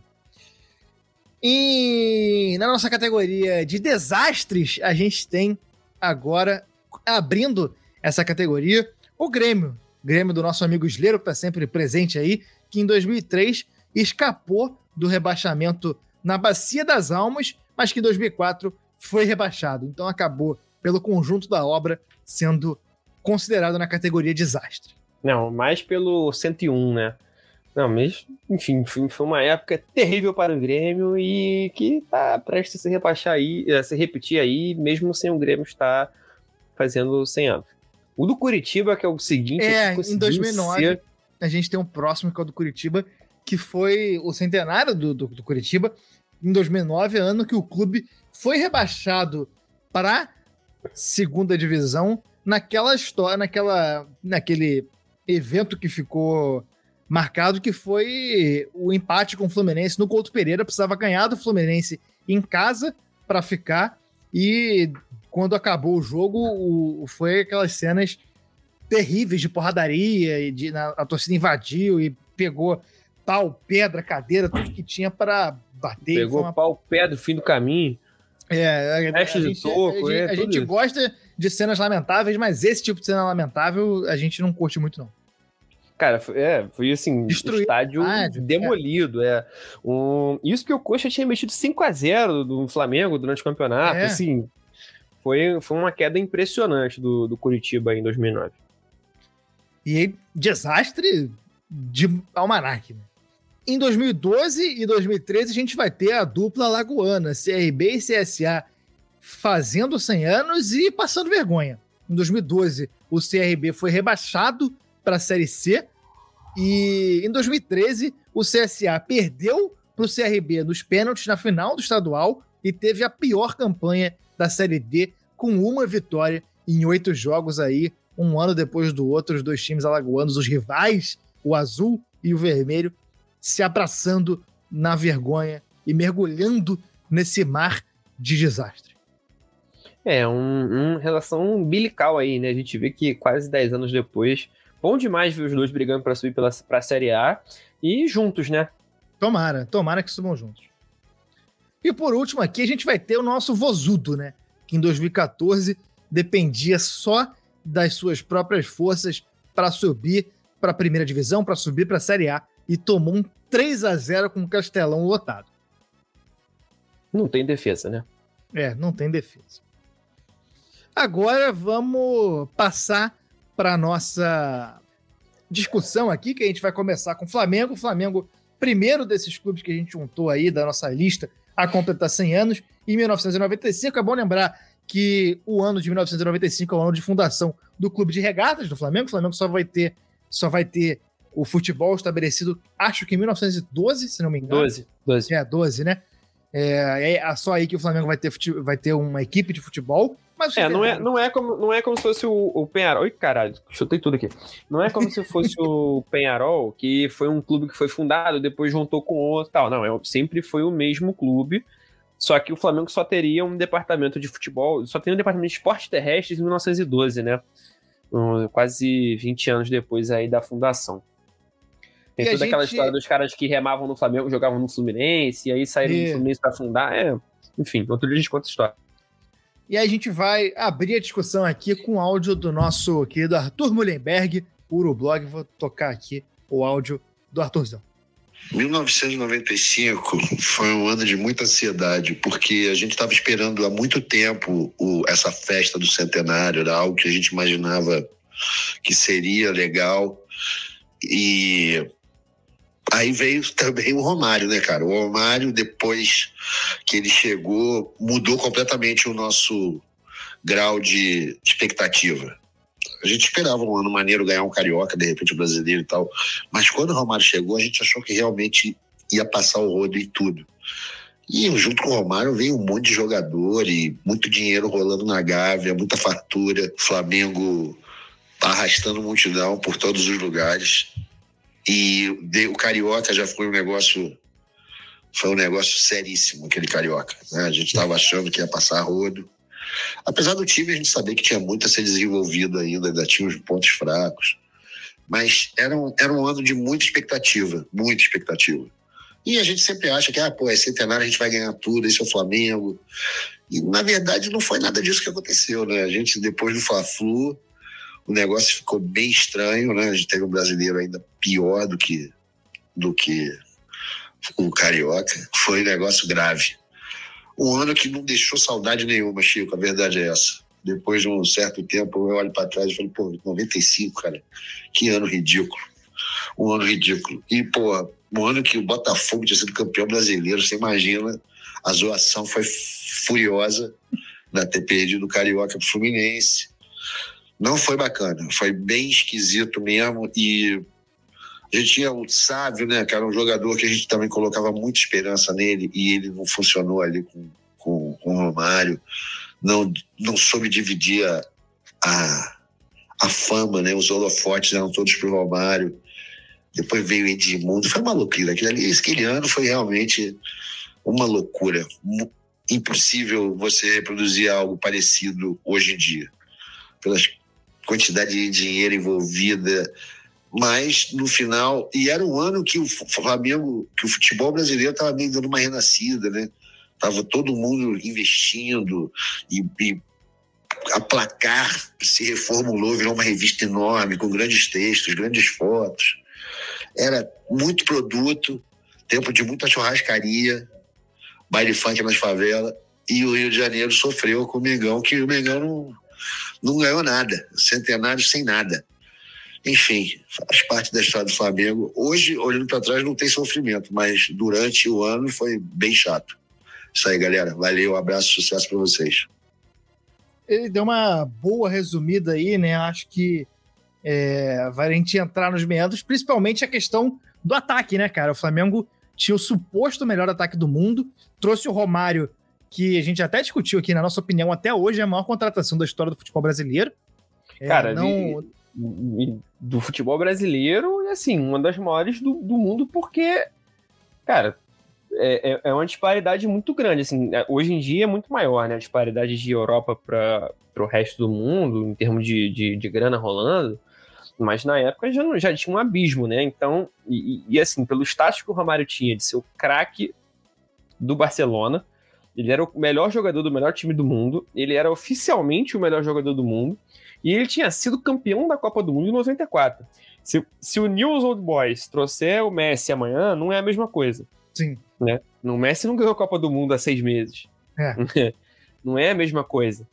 E na nossa categoria de desastres, a gente tem agora, abrindo essa categoria, o Grêmio. Grêmio do nosso amigo Isleiro, que está sempre presente aí, que em dois mil e três escapou do rebaixamento na Bacia das Almas, mas que em dois mil e quatro foi rebaixado. Então acabou, pelo conjunto da obra, sendo considerado na categoria desastre. Não, mais pelo cento e um, né? Não, mas, enfim, foi uma época terrível para o Grêmio e que tá prestes a se rebaixar aí, a se repetir aí, mesmo sem o Grêmio estar fazendo cem anos. O do Curitiba, que é o seguinte... É, em dois mil e nove, ser... a gente tem um próximo, que é o do Curitiba, que foi o centenário do, do, do Curitiba, em dois mil e nove, ano que o clube foi rebaixado para segunda divisão, naquela história, naquela, naquele evento que ficou marcado, que foi o empate com o Fluminense no Couto Pereira. Precisava ganhar do Fluminense em casa para ficar, e quando acabou o jogo, o, foi aquelas cenas terríveis de porradaria, e de, na, a torcida invadiu e pegou pau, pedra, cadeira, tudo que tinha para bater. Pegou uma... pau, pedra, fim do caminho. É, a, a, gente, toco, a, é, a gente gosta de cenas lamentáveis, mas esse tipo de cena lamentável a gente não curte muito, não. Cara, foi, é, foi assim, Destruído, estádio estádio, demolido. É. É. Um, isso que o Coxa tinha metido cinco a zero do Flamengo durante o campeonato. É. Assim, foi, foi uma queda impressionante do, do Curitiba em dois mil e nove. E desastre de almanac, né? Em dois mil e doze e dois mil e treze a gente vai ter a dupla lagoana, C R B e C S A, fazendo cem anos e passando vergonha. Em dois mil e doze, o C R B foi rebaixado para a Série C, e em dois mil e treze, o C S A perdeu para o C R B nos pênaltis na final do estadual e teve a pior campanha da Série D, com uma vitória em oito jogos aí, um ano depois do outro, os dois times alagoanos, os rivais, o azul e o vermelho, se abraçando na vergonha e mergulhando nesse mar de desastre. É, uma um relação umbilical aí, né? A gente vê que quase dez anos depois, bom demais ver os dois brigando para subir para a Série A e juntos, né? Tomara, tomara que subam juntos. E por último aqui a gente vai ter o nosso Vozudo, né? Que em dois mil e catorze dependia só das suas próprias forças para subir para a primeira divisão, para subir para a Série A, e tomou um três a zero com o Castelão lotado. Não tem defesa, né? É, não tem defesa. Agora vamos passar para a nossa discussão aqui, que a gente vai começar com o Flamengo. O Flamengo, primeiro desses clubes que a gente juntou aí da nossa lista a completar cem anos, em mil novecentos e noventa e cinco. É bom lembrar que o ano de mil novecentos e noventa e cinco é o ano de fundação do Clube de Regatas do Flamengo. O Flamengo só vai ter, só vai ter o futebol estabelecido, acho que em mil novecentos e doze, se não me engano. doze, doze. É, doze, né? É, é só aí que o Flamengo vai ter, vai ter uma equipe de futebol. Mas é, não é, não, é como, não é como se fosse o, o Penharol. Oi, caralho, chutei tudo aqui. Não é como se fosse o Penharol, que foi um clube que foi fundado, depois juntou com outro e tal. Não, é, sempre foi o mesmo clube, só que o Flamengo só teria um departamento de futebol, só tem um departamento de esportes terrestres em mil novecentos e doze, né? Um, quase vinte anos depois aí da fundação. Tem e toda aquela gente... história dos caras que remavam no Flamengo, jogavam no Fluminense, e aí saíram e... do Fluminense pra fundar. É, enfim, outro dia a gente conta a história. E aí a gente vai abrir a discussão aqui com o áudio do nosso querido Arthur Mullenberg, Urublog. Vou tocar aqui o áudio do Arthurzão. mil novecentos e noventa e cinco foi um ano de muita ansiedade, porque a gente estava esperando há muito tempo o, essa festa do centenário, era algo que a gente imaginava que seria legal. E aí veio também o Romário, né, cara? O Romário, depois que ele chegou, mudou completamente o nosso grau de expectativa. A gente esperava um ano maneiro, ganhar um Carioca, de repente o brasileiro e tal. Mas quando o Romário chegou, a gente achou que realmente ia passar o rodo em tudo. E junto com o Romário veio um monte de jogador e muito dinheiro rolando na Gávea, muita fartura. Flamengo arrastando multidão por todos os lugares. E o Carioca já foi um negócio... Foi um negócio seríssimo, aquele Carioca, né? A gente estava achando que ia passar rodo. Apesar do time, a gente sabia que tinha muito a ser desenvolvido ainda, ainda tinha uns pontos fracos. Mas era um, era um ano de muita expectativa, muita expectativa. E a gente sempre acha que, ah, pô, é centenário, a gente vai ganhar tudo, esse é o Flamengo. E, na verdade, não foi nada disso que aconteceu, né? A gente, depois do Fla-Flu, o negócio ficou bem estranho, né? A gente teve um brasileiro ainda pior do que, do que o Carioca. Foi um negócio grave. Um ano que não deixou saudade nenhuma, Chico, a verdade é essa. Depois de um certo tempo, eu olho para trás e falo, pô, noventa e cinco, cara, que ano ridículo. Um ano ridículo. E, pô, um ano que o Botafogo tinha sido campeão brasileiro, você imagina, a zoação foi furiosa, né, ter perdido o Carioca pro Fluminense. Não foi bacana, foi bem esquisito mesmo. E a gente tinha o Sávio, né, que era um jogador que a gente também colocava muita esperança nele, e ele não funcionou ali com, com, com o Romário, não, não soube dividir a, a, a fama, né, os holofotes eram todos pro Romário. Depois veio o Edmundo, foi uma loucura. Aquele, ali, aquele ano foi realmente uma loucura. Impossível você reproduzir algo parecido hoje em dia, pela quantidade de dinheiro envolvida. Mas, no final... E era um ano que o Flamengo, que o futebol brasileiro estava meio dando uma renascida, né? Tava todo mundo investindo e, e a Placar se reformulou, virou uma revista enorme, com grandes textos, grandes fotos. Era muito produto, tempo de muita churrascaria, baile funk nas favelas, e o Rio de Janeiro sofreu com o Mengão, que o Mengão não, não ganhou nada, centenário sem nada. Enfim, faz parte da história do Flamengo. Hoje, olhando para trás, não tem sofrimento, mas durante o ano foi bem chato. Isso aí, galera. Valeu, um abraço, sucesso para vocês. Ele deu uma boa resumida aí, né? Acho que é, vai a gente entrar nos meandros, principalmente a questão do ataque, né, cara? O Flamengo tinha o suposto melhor ataque do mundo, trouxe o Romário, que a gente até discutiu aqui, na nossa opinião, até hoje é a maior contratação da história do futebol brasileiro. É, cara, não... de, do futebol brasileiro, e assim, uma das maiores do, do mundo, porque, cara, é, é uma disparidade muito grande, assim, hoje em dia é muito maior, né, a disparidade de Europa para o resto do mundo, em termos de, de, de grana rolando, mas na época já, não, já tinha um abismo, né, então, e, e assim, pelo status que o Romário tinha de ser o craque do Barcelona, ele era o melhor jogador do melhor time do mundo, ele era oficialmente o melhor jogador do mundo, e ele tinha sido campeão da Copa do Mundo em noventa e quatro. Se, se o News Old Boys trouxer o Messi amanhã, não é a mesma coisa. Sim. Né? O Messi não ganhou a Copa do Mundo há seis meses. É. Não é a mesma coisa.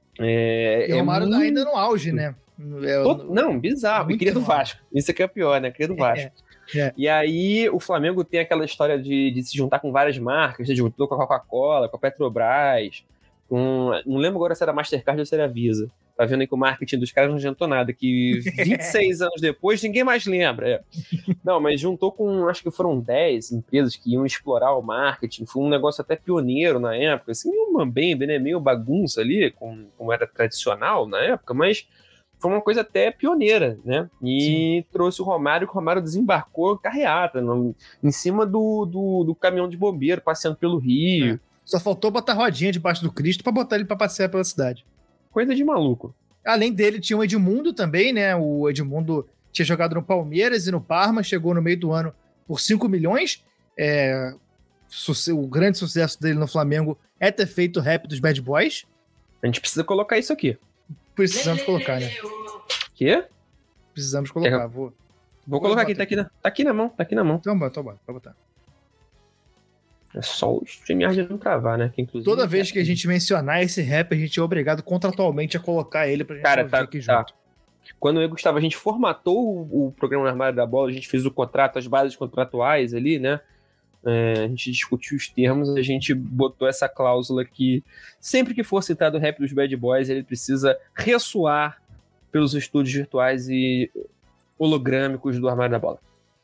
É, e o Romário é muito... ainda no auge, né? É, Todo... Não, bizarro. E queria do Vasco. Isso aqui é pior, né? Queria do Vasco. É. É. E aí o Flamengo tem aquela história de, de se juntar com várias marcas, se juntou com a Coca-Cola, com a Petrobras, Com, não lembro agora se era Mastercard ou se era Visa. Tá vendo aí que o marketing dos caras não adiantou nada, que vinte e seis anos depois ninguém mais lembra. É. Não, mas juntou com, acho que foram dez empresas que iam explorar o marketing, foi um negócio até pioneiro na época, assim, meio mambembe, né, meio bagunça ali, como, como era tradicional na época, mas foi uma coisa até pioneira, né, e Sim. trouxe o Romário, que o Romário desembarcou carreata, no, em cima do, do, do caminhão de bombeiro, passeando pelo Rio. É. Só faltou botar rodinha debaixo do Cristo pra botar ele pra passear pela cidade. Coisa de maluco. Além dele, tinha o Edmundo também, né? O Edmundo tinha jogado no Palmeiras e no Parma, chegou no meio do ano por cinco milhões. É, o grande sucesso dele no Flamengo é ter feito o rap dos Bad Boys. A gente precisa colocar isso aqui. Precisamos colocar, né? Quê? Precisamos colocar. É, vou vou, vou colocar aqui, tá aqui, na, tá aqui na mão, tá aqui na mão. Então, então bora, pode botar. É só o StreamYard não travar, né? Que, inclusive, toda vez que a gente mencionar esse rap, a gente é obrigado contratualmente a colocar ele pra gente Cara, ouvir tá, aqui tá. junto. Quando eu e o Gustavo, a gente formatou o, o programa no Armário da Bola, a gente fez o contrato, as bases contratuais ali, né? É, a gente discutiu os termos, a gente botou essa cláusula que sempre que for citado o rap dos Bad Boys, ele precisa ressoar pelos estúdios virtuais e hologrâmicos do Armário da Bola.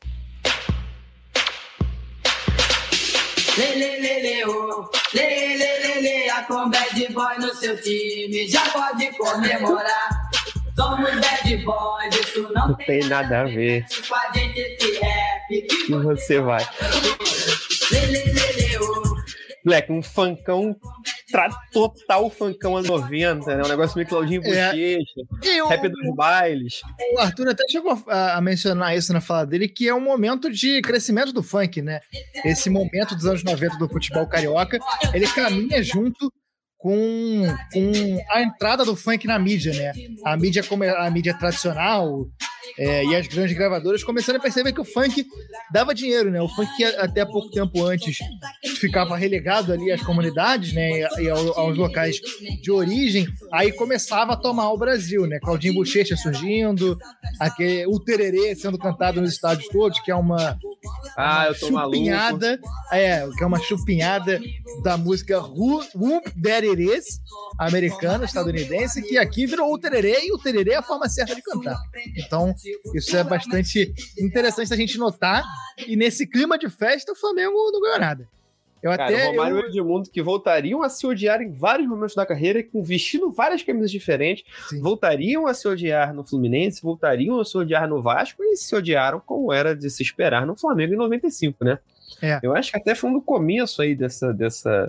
Lê, lê, lê, lê, oh. lê, lê, lê, lê, a com Bad Boy no seu time, já pode comemorar. Somos Bad Boys, isso não, não tem nada a ver com a gente esse rap que você vai. Lê, lê, lê, lê, oh. Moleque, um funkão, tra- total funkão anos noventa, né? Um negócio meio Claudinho Bochecha, é. rap dos bailes. O Arthur até chegou a, a mencionar isso na fala dele, que é um momento de crescimento do funk, né? Esse momento dos anos noventa do futebol carioca, ele caminha junto com, com a entrada do funk na mídia, né? A mídia, a mídia tradicional é, e as grandes gravadoras começando a perceber que o funk dava dinheiro, né? O funk até pouco tempo antes ficava relegado ali às comunidades, né? E aos locais de origem, aí começava a tomar o Brasil, né? Claudinho Bochecha surgindo, aquele, o tererê sendo cantado nos estádios todos, que é uma, ah, uma eu tô chupinhada, maluco. é, que é uma chupinhada da música Whoop That It Is, americana, estadunidense, que aqui virou o tererê, e o tererê é a forma certa de cantar. Então, isso é bastante interessante a gente notar, e nesse clima de festa, o Flamengo não ganhou nada. Eu Cara, até, o Romário eu... e o Edmundo que voltariam a se odiar em vários momentos da carreira, com vestindo várias camisas diferentes, Sim. voltariam a se odiar no Fluminense, voltariam a se odiar no Vasco e se odiaram como era de se esperar no Flamengo em noventa e cinco, né? É. Eu acho que até foi no começo aí dessa, dessa,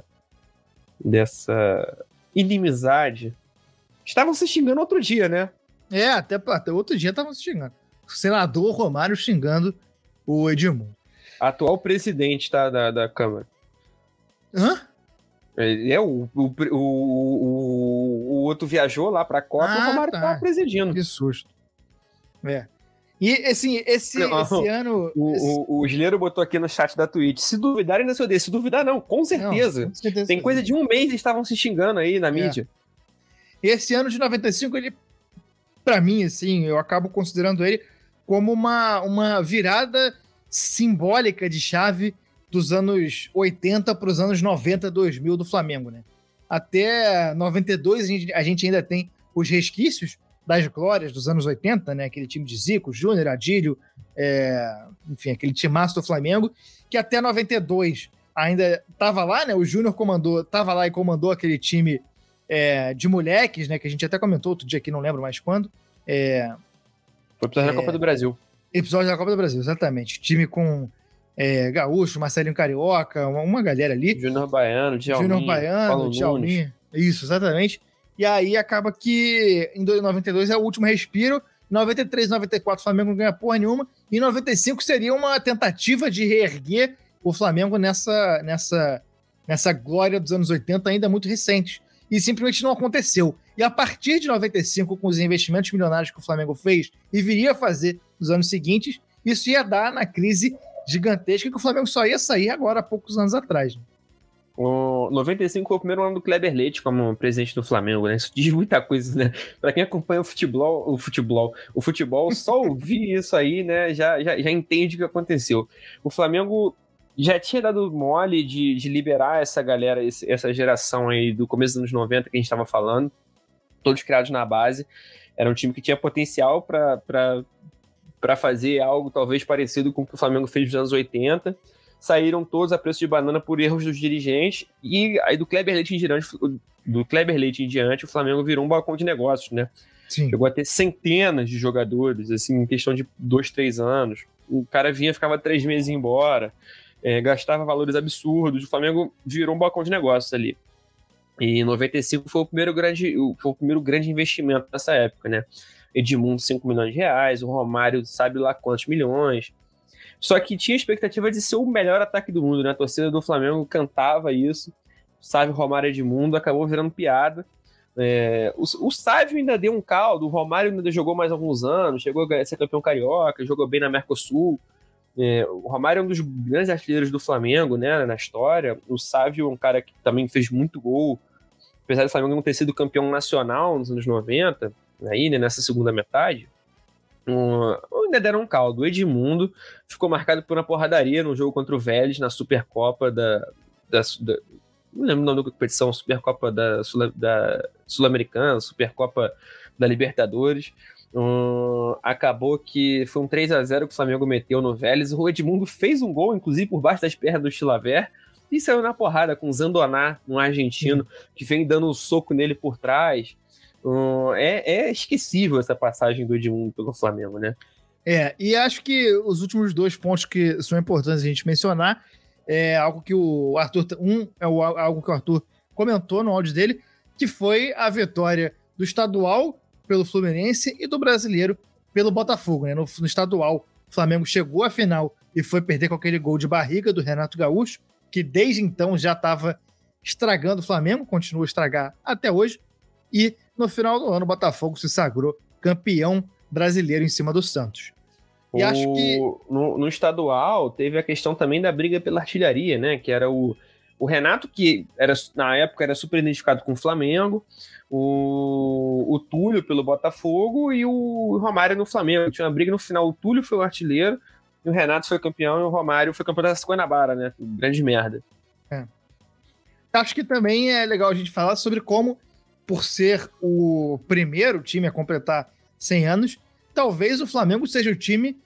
dessa inimizade. Estavam se xingando outro dia, né? É, até, até outro dia estavam se xingando. O senador Romário xingando o Edmundo. Atual presidente, tá, da, da Câmara. Hã? É, o, o, o, o, o outro viajou lá pra Copa ah, e o Romário tá. tava presidindo. Que susto. É. E, assim, esse, não, esse ano... O, esse... o, o Gileiro botou aqui no chat da Twitch. Se duvidar, ainda sou desse. Se duvidar, não. Com certeza. Não, com certeza. Tem coisa de um mês eles estavam se xingando aí na é. mídia. E esse ano de noventa e cinco, ele, pra mim, assim, eu acabo considerando ele como uma, uma virada simbólica de chave dos anos oitenta para os anos noventa, dois mil do Flamengo, né? Até noventa e dois a gente, a gente ainda tem os resquícios das glórias dos anos oitenta, né? Aquele time de Zico, Júnior, Adílio, é... enfim, aquele timaço do Flamengo, que até noventa e dois ainda estava lá, né? O Júnior comandou, estava lá e comandou aquele time é, de moleques, né? Que a gente até comentou outro dia aqui, não lembro mais quando. É... Foi episódio é... da Copa do Brasil. Episódio da Copa do Brasil, exatamente. Time com é, Gaúcho, Marcelinho Carioca, uma, uma galera ali. Júnior Baiano, Djalminha, Júnior Baiano, Djalminha. Isso, exatamente. E aí acaba que em noventa e dois é o último respiro. Em noventa e três, noventa e quatro o Flamengo não ganha porra nenhuma. E em noventa e cinco seria uma tentativa de reerguer o Flamengo nessa, nessa, nessa glória dos anos oitenta ainda muito recentes. E simplesmente não aconteceu. E a partir de noventa e cinco, com os investimentos milionários que o Flamengo fez e viria a fazer nos anos seguintes, isso ia dar na crise gigantesca que o Flamengo só ia sair agora há poucos anos atrás. Né? O noventa e cinco foi o primeiro ano do Kleber Leite como presidente do Flamengo, né? Isso diz muita coisa, né? Pra quem acompanha o futebol, o futebol, o futebol, só ouvir isso aí, né? Já, já, já entende o que aconteceu. O Flamengo já tinha dado mole de, de liberar essa galera, esse, essa geração aí do começo dos anos noventa que a gente estava falando, todos criados na base. Era um time que tinha potencial para fazer algo talvez parecido com o que o Flamengo fez nos anos oitenta. Saíram todos a preço de banana por erros dos dirigentes, e aí do Kleber Leite em diante, do Kleber Leite em diante o Flamengo virou um balcão de negócios, né? Sim. Chegou a ter centenas de jogadores, assim, em questão de dois, três anos. O cara vinha, ficava três meses e ia embora, é, gastava valores absurdos. O Flamengo virou um balcão de negócios ali. E em noventa e cinco foi o primeiro grande, foi o primeiro grande investimento nessa época, né? Edmundo, cinco milhões de reais, o Romário, sabe lá quantos milhões. Só que tinha a expectativa de ser o melhor ataque do mundo, né? A torcida do Flamengo cantava isso. Sávio, Romário, Edmundo, acabou virando piada. É, o, o Sávio ainda deu um caldo, o Romário ainda jogou mais alguns anos, chegou a ser campeão carioca, jogou bem na Mercosul. É, o Romário é um dos grandes artilheiros do Flamengo, né, na história. O Sávio é um cara que também fez muito gol, apesar do Flamengo não ter sido campeão nacional nos anos noventa, aí, né, nessa segunda metade. Um, ainda deram um caldo. O Edmundo ficou marcado por uma porradaria no jogo contra o Vélez na Supercopa da, da, da não lembro o nome da competição, Supercopa da, Sul, da Sul-Americana, Supercopa da Libertadores. Um, acabou que foi um três a zero que o Flamengo meteu no Vélez. O Edmundo fez um gol, inclusive por baixo das pernas do Chilavert, e saiu na porrada com o Zandoná, um argentino, que vem dando um soco nele por trás. Um, é, é esquecível essa passagem do Edmundo pelo Flamengo, né? É, e acho que os últimos dois pontos que são importantes a gente mencionar é algo que o Arthur, um é o, algo que o Arthur comentou no áudio dele, que foi a vitória do estadual pelo Fluminense e do brasileiro pelo Botafogo, né? No, no estadual, o Flamengo chegou à final e foi perder com aquele gol de barriga do Renato Gaúcho, que desde então já estava estragando o Flamengo, continua a estragar até hoje, e no final do ano o Botafogo se sagrou campeão brasileiro em cima do Santos. E o, acho que... No, no estadual teve a questão também da briga pela artilharia, né? Que era o, o Renato, que era, na época era super identificado com o Flamengo, o, o Túlio pelo Botafogo e o Romário no Flamengo. Tinha uma briga no final, o Túlio foi o artilheiro, e o Renato foi campeão, e o Romário foi campeão da Guanabara, né? Grande merda. É. Acho que também é legal a gente falar sobre como, por ser o primeiro time a completar cem anos, talvez o Flamengo seja o time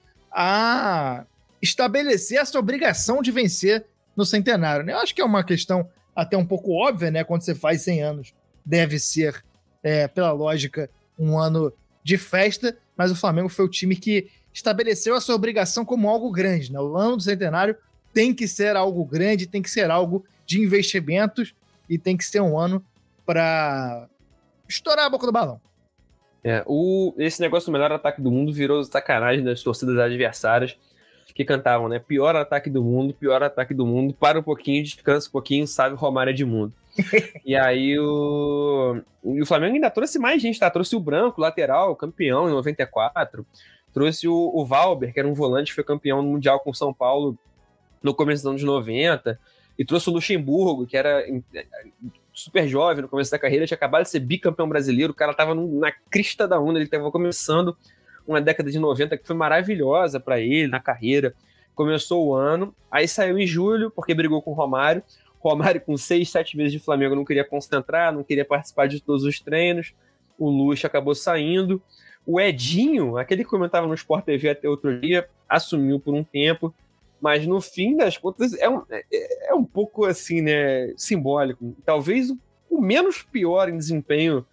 a estabelecer essa obrigação de vencer no centenário, né? Eu acho que é uma questão até um pouco óbvia, né? Quando você faz cem anos, deve ser, é, pela lógica, um ano de festa, mas o Flamengo foi o time que estabeleceu essa obrigação como algo grande, né? O ano do centenário tem que ser algo grande, tem que ser algo de investimentos e tem que ser um ano para estourar a boca do balão. É, o, esse negócio do melhor ataque do mundo virou sacanagem das torcidas adversárias que cantavam, né? Pior ataque do mundo, pior ataque do mundo, para um pouquinho, descansa um pouquinho, sabe, Romário Edmundo. E aí o, o Flamengo ainda trouxe mais gente, tá? Trouxe o Branco, lateral, campeão em noventa e quatro, trouxe o, o Valber, que era um volante que foi campeão no Mundial com o São Paulo no começo dos anos noventa, e trouxe o Luxemburgo, que era super jovem no começo da carreira, tinha acabado de ser bicampeão brasileiro, o cara tava no, na crista da onda, ele tava começando uma década de noventa que foi maravilhosa para ele na carreira. Começou o ano, aí saiu em julho, porque brigou com o Romário. Romário, com seis, sete meses de Flamengo, não queria concentrar, não queria participar de todos os treinos. O Lucha acabou saindo. O Edinho, aquele que comentava no Sport T V até outro dia, assumiu por um tempo, mas no fim das contas é um, é, é um pouco assim, né, simbólico. Talvez o, o menos pior em desempenho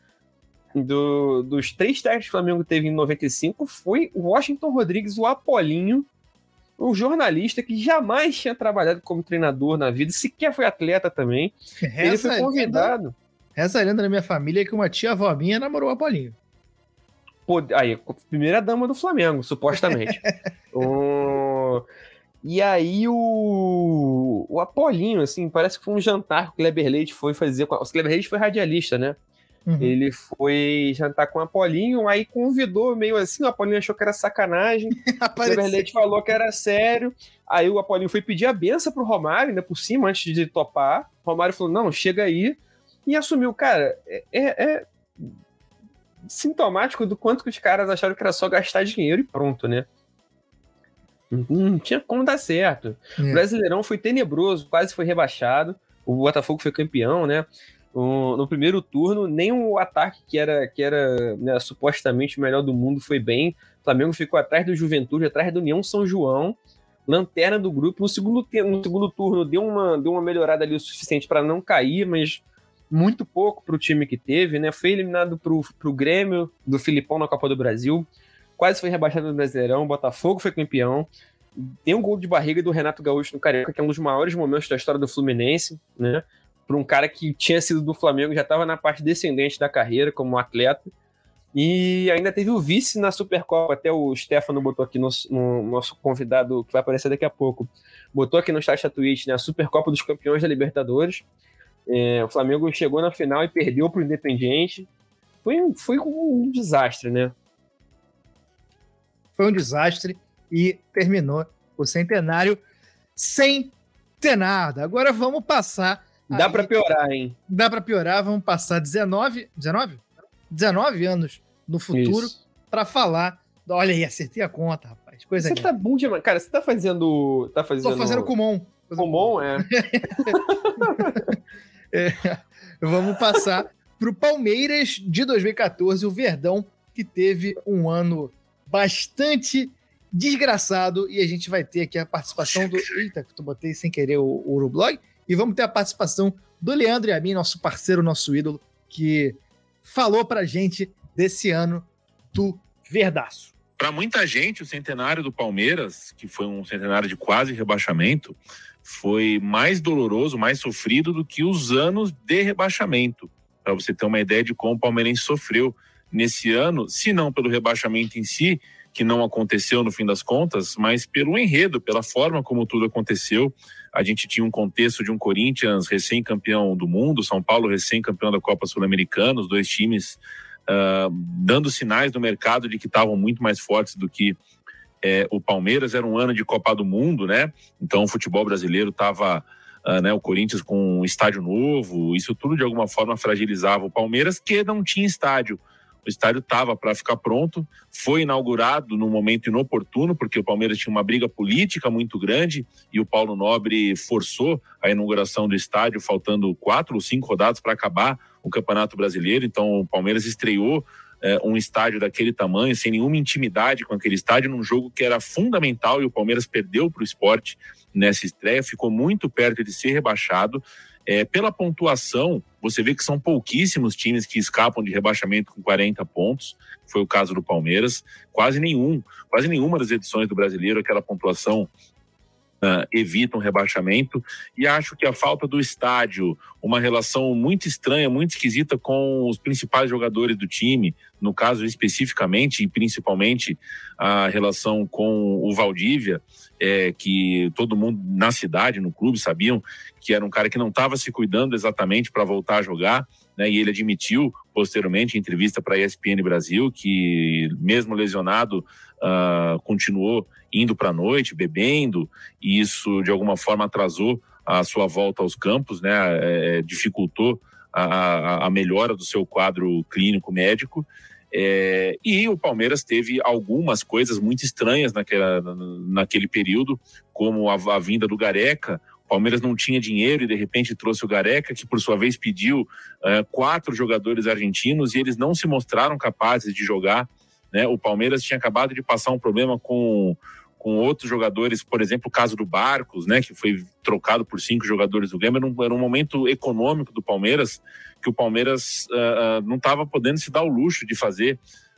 do, dos três técnicos que o Flamengo teve em noventa e cinco foi o Washington Rodrigues, o Apolinho, um jornalista que jamais tinha trabalhado como treinador na vida, sequer foi atleta também. Essa ele foi convidado. Lenda, essa lenda da minha família é que uma tia-avó minha namorou o Apolinho. Pô, aí, primeira dama do Flamengo, supostamente. o... E aí o... o Apolinho, assim, parece que foi um jantar que o Kleber Leite foi fazer. Com... O Kleber Leite foi radialista, né? Uhum. Ele foi jantar com o Apolinho, aí convidou meio assim, o Apolinho achou que era sacanagem, o Kleber Leite falou que era sério, aí o Apolinho foi pedir a benção pro Romário, ainda por cima, antes de topar. O Romário falou, não, chega aí, e assumiu. Cara, é, é sintomático do quanto que os caras acharam que era só gastar dinheiro e pronto, né? Não, não tinha como dar certo. É. O Brasileirão foi tenebroso, quase foi rebaixado. O Botafogo foi campeão, né? O, no primeiro turno, nem o ataque que era, que era né, supostamente o melhor do mundo foi bem. O Flamengo ficou atrás do Juventude, atrás do União São João, lanterna do grupo. No segundo, no segundo turno deu uma, deu uma melhorada ali o suficiente para não cair, mas muito pouco para o time que teve, né? Foi eliminado para o Grêmio do Filipão na Copa do Brasil, quase foi rebaixado no Brasileirão. O Botafogo foi campeão. Tem um gol de barriga do Renato Gaúcho no Carioca, que é um dos maiores momentos da história do Fluminense, né? Para um cara que tinha sido do Flamengo, já estava na parte descendente da carreira como atleta, e ainda teve o vice na Supercopa. Até o Stefano botou aqui no, no nosso convidado, que vai aparecer daqui a pouco, botou aqui no chat da Twitch, né, a Supercopa dos Campeões da Libertadores. É, o Flamengo chegou na final e perdeu para o Independiente. Foi, foi um desastre, né? Foi um desastre e terminou o centenário sem ter nada. Agora vamos passar... Dá aí, para piorar, hein? Dá para piorar, vamos passar dezenove, dezenove? dezenove anos no futuro para falar. Olha aí, acertei a conta, rapaz. Coisa Você linda. tá bom demais. Cara, você tá fazendo... Tá fazendo... Tô fazendo Kumon. Kumon, é. é. Vamos passar pro Palmeiras de dois mil e catorze, o Verdão, que teve um ano bastante desgraçado, e a gente vai ter aqui a participação do... Eita, que eu botei sem querer o, o Urublog. E vamos ter a participação do Leandro e a mim, nosso parceiro, nosso ídolo, que falou pra gente desse ano do Verdaço. Para muita gente, o centenário do Palmeiras, que foi um centenário de quase rebaixamento, foi mais doloroso, mais sofrido do que os anos de rebaixamento. Para você ter uma ideia de como o palmeirense sofreu nesse ano, se não pelo rebaixamento em si, que não aconteceu no fim das contas, mas pelo enredo, pela forma como tudo aconteceu. A gente tinha um contexto de um Corinthians recém-campeão do mundo, São Paulo recém-campeão da Copa Sul-Americana, os dois times uh, dando sinais no mercado de que estavam muito mais fortes do que é, o Palmeiras. Era um ano de Copa do Mundo, né? Então o futebol brasileiro estava, uh, né, o Corinthians com um estádio novo, isso tudo de alguma forma fragilizava o Palmeiras, que não tinha estádio. O estádio estava para ficar pronto, foi inaugurado num momento inoportuno, porque o Palmeiras tinha uma briga política muito grande e o Paulo Nobre forçou a inauguração do estádio, faltando quatro ou cinco rodadas para acabar o Campeonato Brasileiro. Então o Palmeiras estreou é, um estádio daquele tamanho, sem nenhuma intimidade com aquele estádio, num jogo que era fundamental, e o Palmeiras perdeu para o Sport nessa estreia, ficou muito perto de ser rebaixado. É, pela pontuação, você vê que são pouquíssimos times que escapam de rebaixamento com quarenta pontos, foi o caso do Palmeiras, quase nenhum, quase nenhuma das edições do Brasileiro, aquela pontuação uh, evita um rebaixamento, e acho que a falta do estádio, uma relação muito estranha, muito esquisita com os principais jogadores do time, no caso especificamente e principalmente a relação com o Valdívia, é, que todo mundo na cidade, no clube, sabiam que era um cara que não estava se cuidando exatamente para voltar a jogar, né? E ele admitiu posteriormente em entrevista para a E S P N Brasil que mesmo lesionado uh, continuou indo para a noite, bebendo, e isso de alguma forma atrasou a sua volta aos campos, né? É, dificultou a, a, a melhora do seu quadro clínico médico. É, e o Palmeiras teve algumas coisas muito estranhas naquela, naquele período, como a, a vinda do Gareca. O Palmeiras não tinha dinheiro e de repente trouxe o Gareca, que por sua vez pediu uh, quatro jogadores argentinos, e eles não se mostraram capazes de jogar, né? O Palmeiras tinha acabado de passar um problema com, com outros jogadores, por exemplo o caso do Barcos, né, que foi trocado por cinco jogadores do Grêmio. Era um, era um momento econômico do Palmeiras que o Palmeiras uh, uh, não estava podendo se dar o luxo de fazer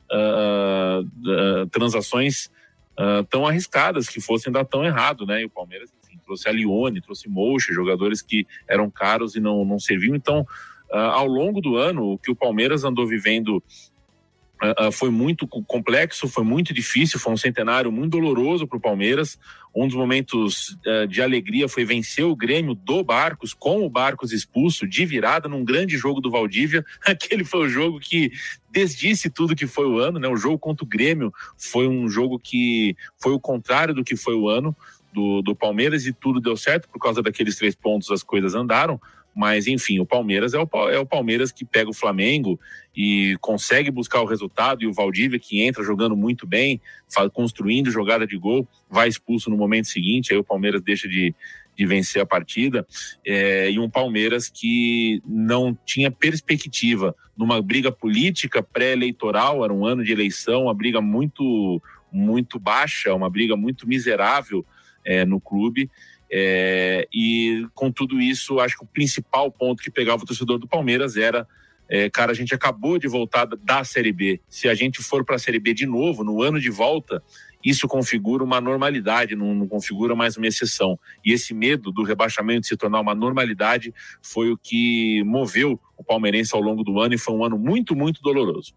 uh, uh, transações uh, tão arriscadas que fossem dar tão errado, né? E o Palmeiras, enfim, trouxe a Lione, trouxe Mocha, jogadores que eram caros e não, não serviam. Então, uh, ao longo do ano, o que o Palmeiras andou vivendo Uh, uh, foi muito complexo, foi muito difícil, foi um centenário muito doloroso para o Palmeiras. Um dos momentos uh, de alegria foi vencer o Grêmio do Barcos, com o Barcos expulso, de virada, num grande jogo do Valdívia. Aquele foi o jogo que desdisse tudo que foi o ano, né? O jogo contra o Grêmio foi um jogo que foi o contrário do que foi o ano do, do Palmeiras, e tudo deu certo por causa daqueles três pontos, as coisas andaram. Mas, enfim, o Palmeiras é o, é o Palmeiras que pega o Flamengo e consegue buscar o resultado, e o Valdívia, que entra jogando muito bem, construindo jogada de gol, vai expulso no momento seguinte, aí o Palmeiras deixa de, de vencer a partida, é, e um Palmeiras que não tinha perspectiva numa briga política pré-eleitoral, era um ano de eleição, uma briga muito, muito baixa, uma briga muito miserável é, no clube. É, e com tudo isso, acho que o principal ponto que pegava o torcedor do Palmeiras era, é, cara, a gente acabou de voltar da Série B, se a gente for para a Série B de novo, no ano de volta, isso configura uma normalidade, não, não configura mais uma exceção, e esse medo do rebaixamento se tornar uma normalidade foi o que moveu o palmeirense ao longo do ano, e foi um ano muito, muito doloroso.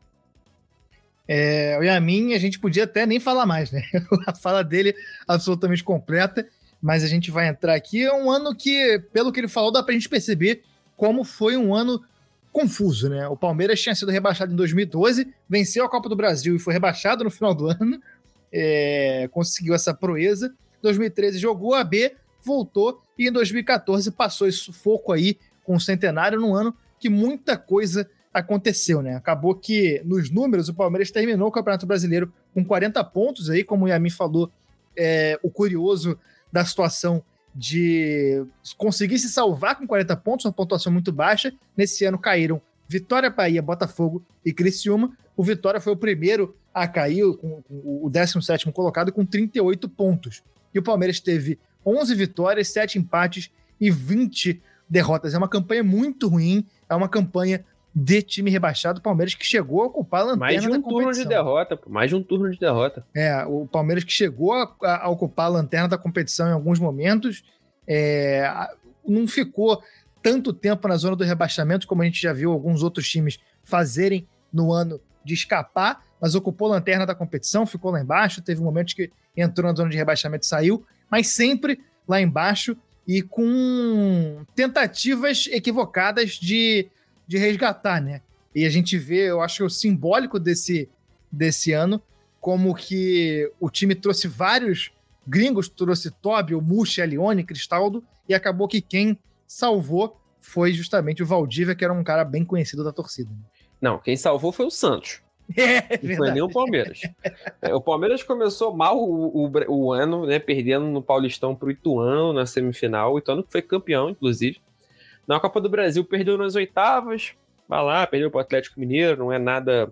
É, o Yamin, a gente podia até nem falar mais, né? A fala dele absolutamente completa, mas a gente vai entrar aqui. É um ano que, pelo que ele falou, dá pra gente perceber como foi um ano confuso, né? O Palmeiras tinha sido rebaixado em dois mil e doze, venceu a Copa do Brasil e foi rebaixado no final do ano, é, conseguiu essa proeza. Em dois mil e treze jogou a B, voltou, e em dois mil e quatorze passou esse sufoco aí com o Centenário, num ano que muita coisa aconteceu, né? Acabou que, nos números, o Palmeiras terminou o Campeonato Brasileiro com quarenta pontos, aí, como o Yamin falou, é, o curioso da situação de conseguir se salvar com quarenta pontos, uma pontuação muito baixa. Nesse ano caíram Vitória, Bahia, Botafogo e Criciúma. O Vitória foi o primeiro a cair, com, com o décimo sétimo colocado, com trinta e oito pontos. E o Palmeiras teve onze vitórias, sete empates e vinte derrotas. É uma campanha muito ruim, é uma campanha de time rebaixado. O Palmeiras que chegou a ocupar a lanterna mais de um da turno competição. de derrota, pô. Mais de um turno de derrota. É, o Palmeiras que chegou a, a ocupar a lanterna da competição em alguns momentos, é, não ficou tanto tempo na zona do rebaixamento, como a gente já viu alguns outros times fazerem no ano de escapar, mas ocupou a lanterna da competição, ficou lá embaixo, teve momentos que entrou na zona de rebaixamento e saiu, mas sempre lá embaixo e com tentativas equivocadas de de resgatar, né? E a gente vê, eu acho, o simbólico desse, desse ano, como que o time trouxe vários gringos, trouxe Tobi, o Muxa, Alione, Cristaldo, e acabou que quem salvou foi justamente o Valdívia, que era um cara bem conhecido da torcida. Não, quem salvou foi o Santos. É, não foi nem o Palmeiras. O Palmeiras começou mal o, o, o ano, né? Perdendo no Paulistão pro Ituano na semifinal. O Ituano que foi campeão, inclusive. Na Copa do Brasil perdeu nas oitavas, vai lá, perdeu para o Atlético Mineiro, não é nada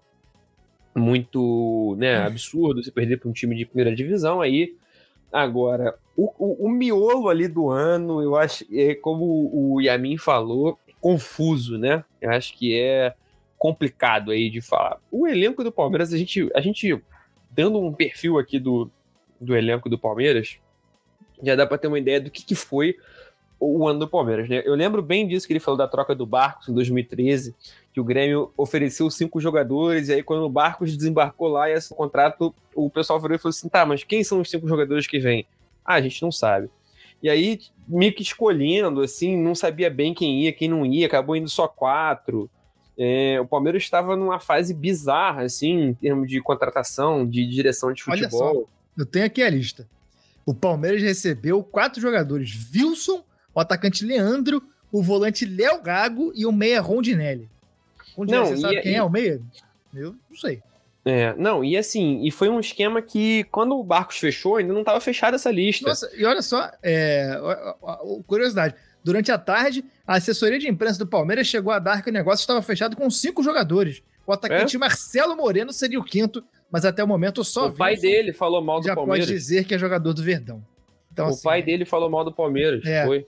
muito, né, absurdo se perder para um time de primeira divisão aí. Agora, o, o, o miolo ali do ano, eu acho, é como o Yamin falou, confuso, né? Eu acho que é complicado aí de falar. O elenco do Palmeiras, a gente, a gente dando um perfil aqui do, do elenco do Palmeiras, já dá para ter uma ideia do que, que foi o ano do Palmeiras, né? Eu lembro bem disso que ele falou da troca do Barcos em dois mil e treze, que o Grêmio ofereceu cinco jogadores, e aí quando o Barcos desembarcou lá e esse contrato, o pessoal virou e falou assim, tá, mas quem são os cinco jogadores que vêm? Ah, a gente não sabe. E aí, meio que escolhendo, assim, não sabia bem quem ia, quem não ia, acabou indo só quatro. É, o Palmeiras estava numa fase bizarra, assim, em termos de contratação, de direção de futebol. Olha só, eu tenho aqui a lista. O Palmeiras recebeu quatro jogadores, Wilson, o atacante Leandro, o volante Léo Gago e o meia Rondinelli. Rondinelli, não, você sabe e, quem e... é o meia? Eu não sei. É, não, e assim, e foi um esquema que quando o Barcos fechou, ainda não estava fechada essa lista. Nossa, e olha só, é, curiosidade, durante a tarde, a assessoria de imprensa do Palmeiras chegou a dar que o negócio estava fechado com cinco jogadores. O atacante é? Marcelo Moreno seria o quinto, mas até o momento só o pai dele falou mal do já Palmeiras. Já pode dizer que é jogador do Verdão. Então, o assim, pai dele falou mal do Palmeiras, é. foi.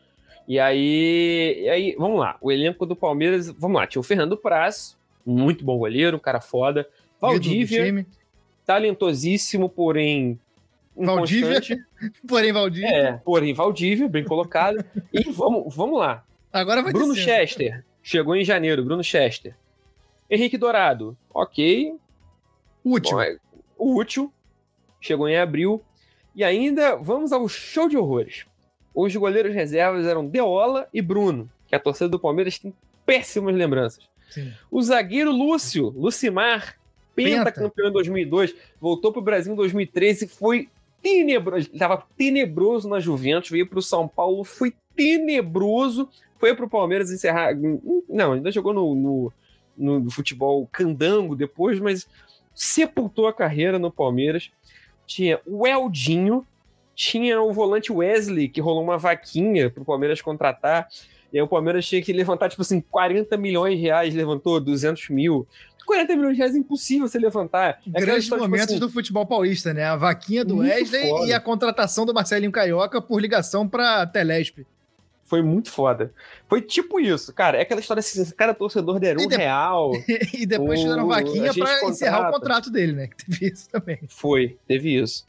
E aí, e aí, vamos lá, o elenco do Palmeiras, vamos lá, tinha o Fernando Praz, muito bom goleiro, um cara foda, Valdívia, talentosíssimo, porém Valdívia, porém Valdívia. É, porém Valdívia, bem colocado. E vamos, vamos lá. Agora vai Bruno descendo. Chester, chegou em janeiro, Bruno Chester. Henrique Dourado, ok. Útil. Bom, é, útil, chegou em abril. E ainda, vamos ao show de horrores. Os goleiros reservas eram Deola e Bruno, que a torcida do Palmeiras tem péssimas lembranças. Sim. O zagueiro Lúcio, Lucimar, pentacampeão em dois mil e dois, voltou para o Brasil em dois mil e treze, foi tenebroso, estava tenebroso na Juventus, veio para o São Paulo, foi tenebroso. Foi pro Palmeiras encerrar... Não, ainda jogou no, no, no, no futebol candango depois, mas sepultou a carreira no Palmeiras. Tinha o Eldinho, tinha o volante Wesley, que rolou uma vaquinha pro Palmeiras contratar, e aí o Palmeiras tinha que levantar, tipo assim, quarenta milhões de reais, levantou duzentos mil. quarenta milhões de reais é impossível você levantar. É Grandes história, momentos tipo assim, do futebol paulista, né? A vaquinha do muito Wesley foda. e a contratação do Marcelinho Carioca por ligação pra Telesp. Foi muito foda. Foi tipo isso, cara. É aquela história assim, esse cara torcedor deram E um de- real. E depois O- fizeram a vaquinha gente pra contrata. encerrar o contrato dele, né? Que teve isso também. Foi, teve isso.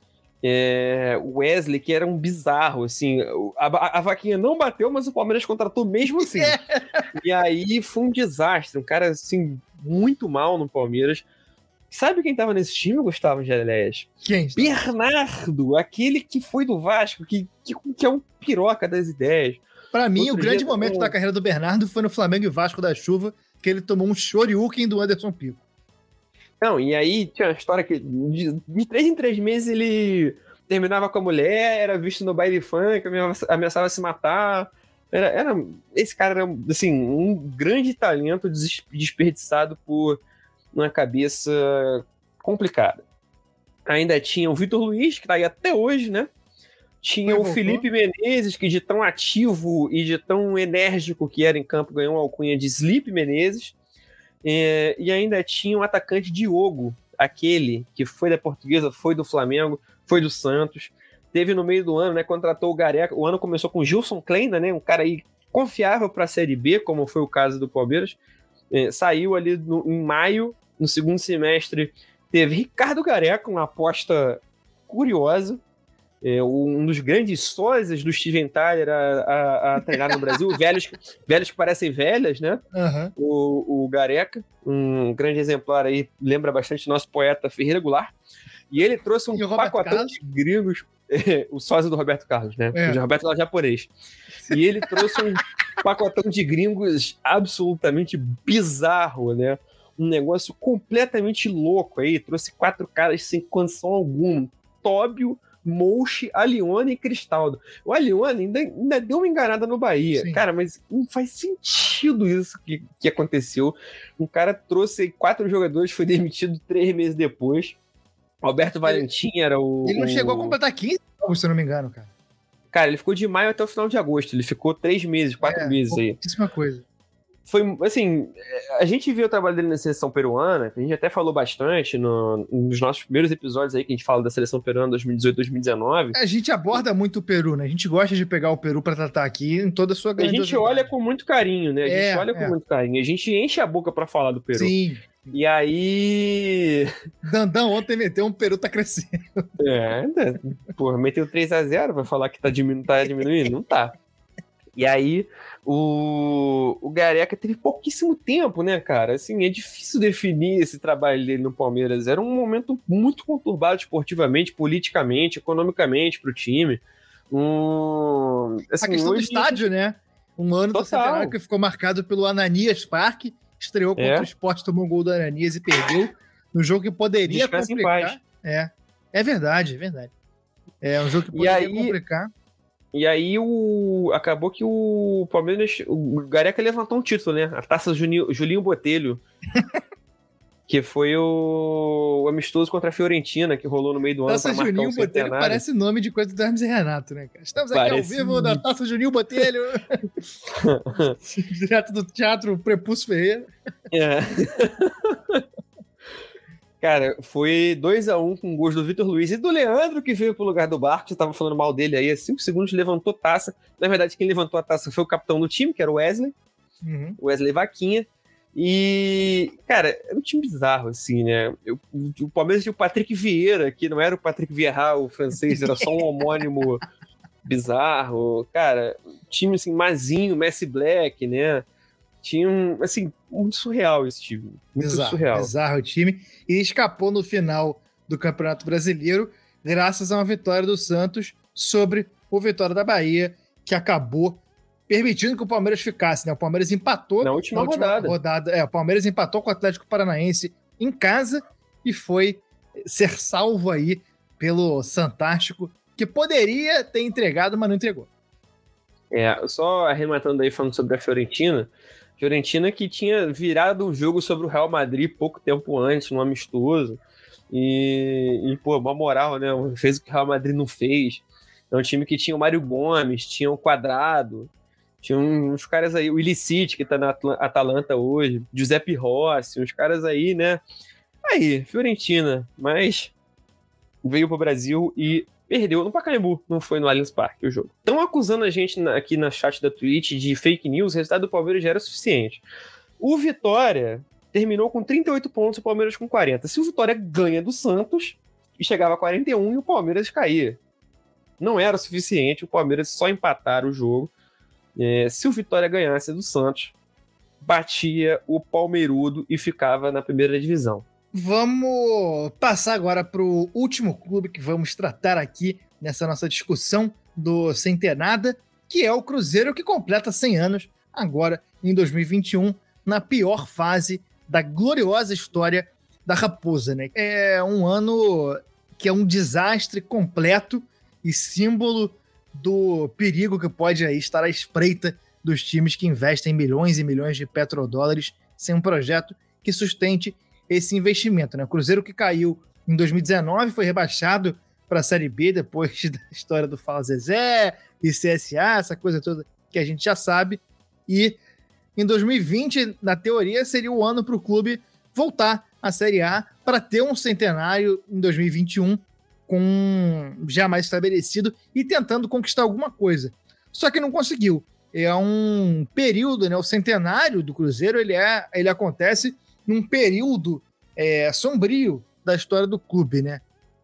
É, o Wesley, que era um bizarro, assim, a, a vaquinha não bateu, mas o Palmeiras contratou mesmo assim. E aí foi um desastre, um cara, assim, muito mal no Palmeiras. Sabe quem tava nesse time, Gustavo Geleias? Quem? Bernardo, aquele que foi do Vasco, que, que, que é um piroca das ideias. Pra mim, Outro o grande dia- momento da carreira do Bernardo foi no Flamengo e Vasco da Chuva, que ele tomou um shoryuken do Anderson Pico. Não, e aí tinha uma história que de, de três em três meses ele terminava com a mulher, era visto no baile funk, ameaça- ameaçava se matar. Era, era, esse cara era, assim, um grande talento des- desperdiçado por uma cabeça complicada. Ainda tinha o Vitor Luiz, que tá aí até hoje, né? Tinha Foi, o voltou. Felipe Menezes, que de tão ativo e de tão enérgico que era em campo, ganhou uma alcunha de Sleep Menezes. É, e ainda tinha o atacante Diogo, aquele que foi da Portuguesa, foi do Flamengo, foi do Santos. Teve no meio do ano, né? Contratou o Gareca. O ano começou com o Gilson Kleina, né? Um cara aí confiável para a Série B, como foi o caso do Palmeiras. É, saiu ali no- em maio, no segundo semestre. Teve Ricardo Gareca, uma aposta curiosa. É, um dos grandes sósias do Steven Tyler a, a- a treinar no Brasil, velhos, que- velhos que parecem velhas, né? Aham. O, o Gareca, um grande exemplar aí, lembra bastante nosso poeta Ferreira Goulart. E ele trouxe um E o Roberto pacotão Carlos? de gringos, o sósia do Roberto Carlos, né? É. O Roberto Carlos japonês. E ele trouxe um pacotão de gringos absolutamente bizarro, né? Um negócio completamente louco aí. Trouxe quatro caras sem condição alguma. Tóbio, Mouche, Alione e Cristaldo. O Alione ainda, ainda deu uma enganada no Bahia. Sim. Cara, mas não faz sentido isso que, que aconteceu. Um cara trouxe aí quatro jogadores, foi demitido três meses depois. Alberto Valentim era o... Ele não o- chegou a completar quinze jogos, se eu não me engano, cara. Cara, ele ficou de maio até o final de agosto. Ele ficou três meses, quatro É, meses aí. pouquíssima coisa. Foi, assim, a gente viu o trabalho dele na seleção peruana, que a gente até falou bastante no- nos nossos primeiros episódios aí, que a gente fala da seleção peruana dois mil e dezoito, dois mil e dezenove. A gente aborda muito o Peru, né? A gente gosta de pegar o Peru pra tratar aqui em toda a sua A grandiosidade. gente olha com muito carinho, né? A gente É, olha com é. muito carinho. A gente enche a boca pra falar do Peru. Sim. E aí... Dandão ontem meteu um Peru tá crescendo. É, né? Porra, meteu três a zero, vai falar que tá, diminu tá diminuindo? Não tá. E aí, o, o Gareca teve pouquíssimo tempo, né, cara? Assim, é difícil definir esse trabalho dele no Palmeiras. Era um momento muito conturbado esportivamente, politicamente, economicamente pro time. Um, assim, a questão hoje- do estádio, né? Um ano do Total. centenário que ficou marcado pelo Ananias Parque, estreou contra É. o Sport, tomou um gol do Ananias e perdeu. No jogo que poderia Descansa em complicar. paz. É. É verdade, é verdade. É um jogo que E poderia aí- complicar. E aí o acabou que o Palmeiras, o Gareca levantou um título, né? A Taça Juninho, Julinho Botelho, que foi o, o amistoso contra a Fiorentina, que rolou no meio do ano Taça pra marcar Juninho um Botelho centenário. parece nome de coisa do Hermes e Renato, né, cara? Estamos aqui Parece ao vivo da muito. Taça Juninho Botelho. Direto do Teatro Prepúcio Ferreira. É. Cara, foi dois a um com gols do Vitor Luiz e do Leandro, que veio pro lugar do Barco. Você tava falando mal dele aí há cinco segundos, levantou taça. Na verdade, quem levantou a taça foi o capitão do time, que era o Wesley. Uhum. Wesley Vaquinha. E, cara, é um time bizarro, assim, né? Eu, o Palmeiras tinha o Patrick Vieira, que não era o Patrick Vieira, o francês, era só um homônimo bizarro. Cara, time, assim, Mazinho, Messi Black, né? Tinha um, assim, muito surreal esse time. Muito Bizarro, surreal. bizarro o time. E escapou no final do Campeonato Brasileiro, graças a uma vitória do Santos sobre o Vitória da Bahia, que acabou permitindo que o Palmeiras ficasse, né? O Palmeiras empatou Na última rodada. rodada. É, o Palmeiras empatou com o Atlético Paranaense em casa e foi ser salvo aí pelo Santástico, que poderia ter entregado, mas não entregou. É, só arrematando aí, falando sobre a Fiorentina, Fiorentina que tinha virado um jogo sobre o Real Madrid pouco tempo antes, num amistoso, e, e pô, uma moral, né, fez o que o Real Madrid não fez. É um time que tinha o Mário Gomes, tinha o Quadrado, tinha uns caras aí, o Illicit, que tá na Atalanta hoje, Giuseppe Rossi, uns caras aí, né? Aí, Fiorentina, mas veio pro Brasil e perdeu no Pacaembu, não foi no Allianz Parque o jogo. Estão acusando a gente na, aqui na chat da Twitch de fake news, o resultado do Palmeiras já era suficiente. O Vitória terminou com trinta e oito pontos, o Palmeiras com quarenta. Se o Vitória ganha do Santos, e chegava a quarenta e um e o Palmeiras caía. Não era o suficiente, o Palmeiras só empatar o jogo. É, se o Vitória ganhasse do Santos, batia o Palmeirudo e ficava na primeira divisão. Vamos passar agora para o último clube que vamos tratar aqui nessa nossa discussão do Centenada, que é o Cruzeiro, que completa cem anos agora em dois mil e vinte e um, na pior fase da gloriosa história da Raposa, né? É um ano que é um desastre completo e símbolo do perigo que pode aí estar à espreita dos times que investem milhões e milhões de petrodólares sem um projeto que sustente esse investimento, né? O Cruzeiro que caiu em dois mil e dezenove foi rebaixado para a Série B depois da história do Fala Zezé e C S A, essa coisa toda que a gente já sabe. E em dois mil e vinte, na teoria, seria o ano para o clube voltar à Série A para ter um centenário em dois mil e vinte e um com já mais estabelecido e tentando conquistar alguma coisa. Só que não conseguiu. É um período, né? O centenário do Cruzeiro, ele, é, ele acontece num período é, sombrio da história do clube, né?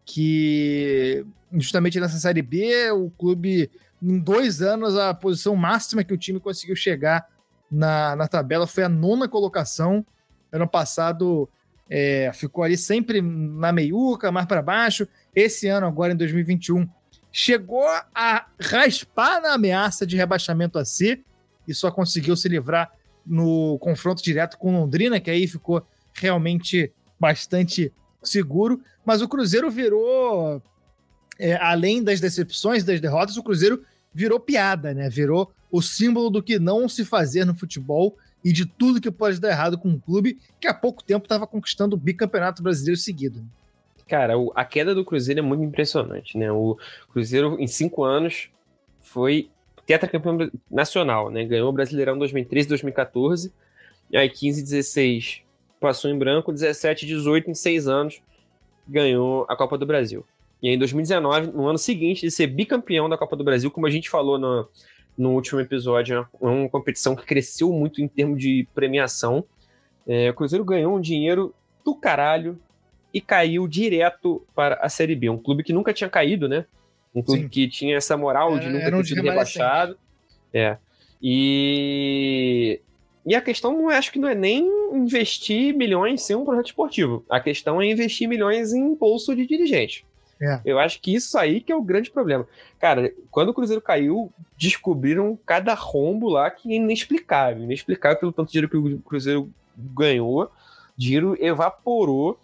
Que justamente nessa Série B, o clube, em dois anos, a posição máxima que o time conseguiu chegar na, na tabela foi a nona colocação. Ano passado é, ficou ali sempre na meiuca, mais para baixo. Esse ano, agora em dois mil e vinte e um, chegou a raspar na ameaça de rebaixamento a C e só conseguiu se livrar no confronto direto com Londrina, que aí ficou realmente bastante seguro. Mas o Cruzeiro virou, é, além das decepções, das derrotas, o Cruzeiro virou piada, né? Virou o símbolo do que não se fazer no futebol e de tudo que pode dar errado com um clube que há pouco tempo estava conquistando o bicampeonato brasileiro seguido. Cara, a queda do Cruzeiro é muito impressionante, né? O Cruzeiro, em cinco anos, foi tetracampeão nacional, né? Ganhou o Brasileirão dois mil e treze, dois mil e quatorze, e aí quinze, dezesseis passou em branco, dezessete, dezoito, em seis anos, ganhou a Copa do Brasil. E aí em dois mil e dezenove, no ano seguinte de ser bicampeão da Copa do Brasil, como a gente falou no, no último episódio, é uma competição que cresceu muito em termos de premiação. É, o Cruzeiro ganhou um dinheiro do caralho e caiu direto para a Série B. Um clube que nunca tinha caído, né? Um clube Sim. que tinha essa moral de nunca ter sido rebaixado. É. E... e a questão, não é, acho que não é nem investir milhões em um projeto esportivo. A questão é investir milhões em bolso de dirigente. É. Eu acho que isso aí que é o grande problema. Cara, quando o Cruzeiro caiu, descobriram cada rombo lá que é inexplicável. Inexplicável pelo tanto de dinheiro que o Cruzeiro ganhou. Dinheiro evaporou.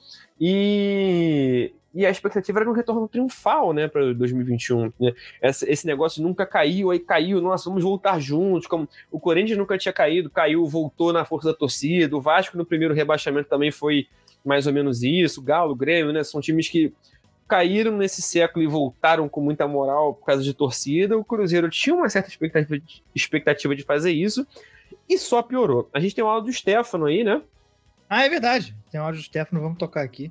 E, e a expectativa era um retorno triunfal, né, para dois mil e vinte e um. Né? Esse, esse negócio nunca caiu, aí caiu, nossa, vamos voltar juntos. Como o Corinthians nunca tinha caído, caiu, voltou na força da torcida. O Vasco no primeiro rebaixamento também foi mais ou menos isso. O Galo, o Grêmio, né, são times que caíram nesse século e voltaram com muita moral por causa de torcida. O Cruzeiro tinha uma certa expectativa de, expectativa de fazer isso e só piorou. A gente tem o áudio do Stefano aí, né? Ah, é verdade. Tem o áudio do Stefano, vamos tocar aqui.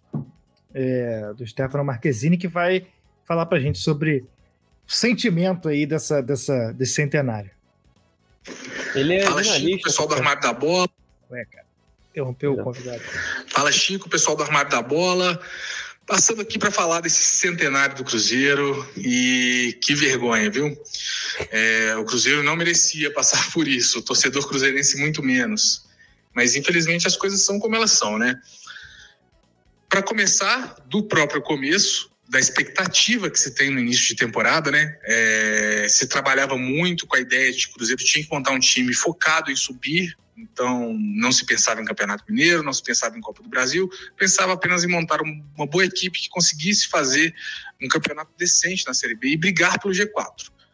É, do Stefano Marquezine, que vai falar pra gente sobre o sentimento aí dessa, dessa, desse centenário. Ele é Fala, Chico, pessoal do Armário da Bola. Ué, cara, interrompeu Não. o convidado. Fala, Chico, pessoal do Armário da Bola. Passando aqui para falar desse centenário do Cruzeiro e que vergonha, viu? É, o Cruzeiro não merecia passar por isso, o torcedor cruzeirense muito menos. Mas, infelizmente, as coisas são como elas são, né? Para começar, do próprio começo, da expectativa que se tem no início de temporada, né? É, se trabalhava muito com a ideia de que o Cruzeiro tinha que montar um time focado em subir. Então, não se pensava em Campeonato Mineiro, não se pensava em Copa do Brasil, pensava apenas em montar uma boa equipe que conseguisse fazer um campeonato decente na Série B e brigar pelo G quatro.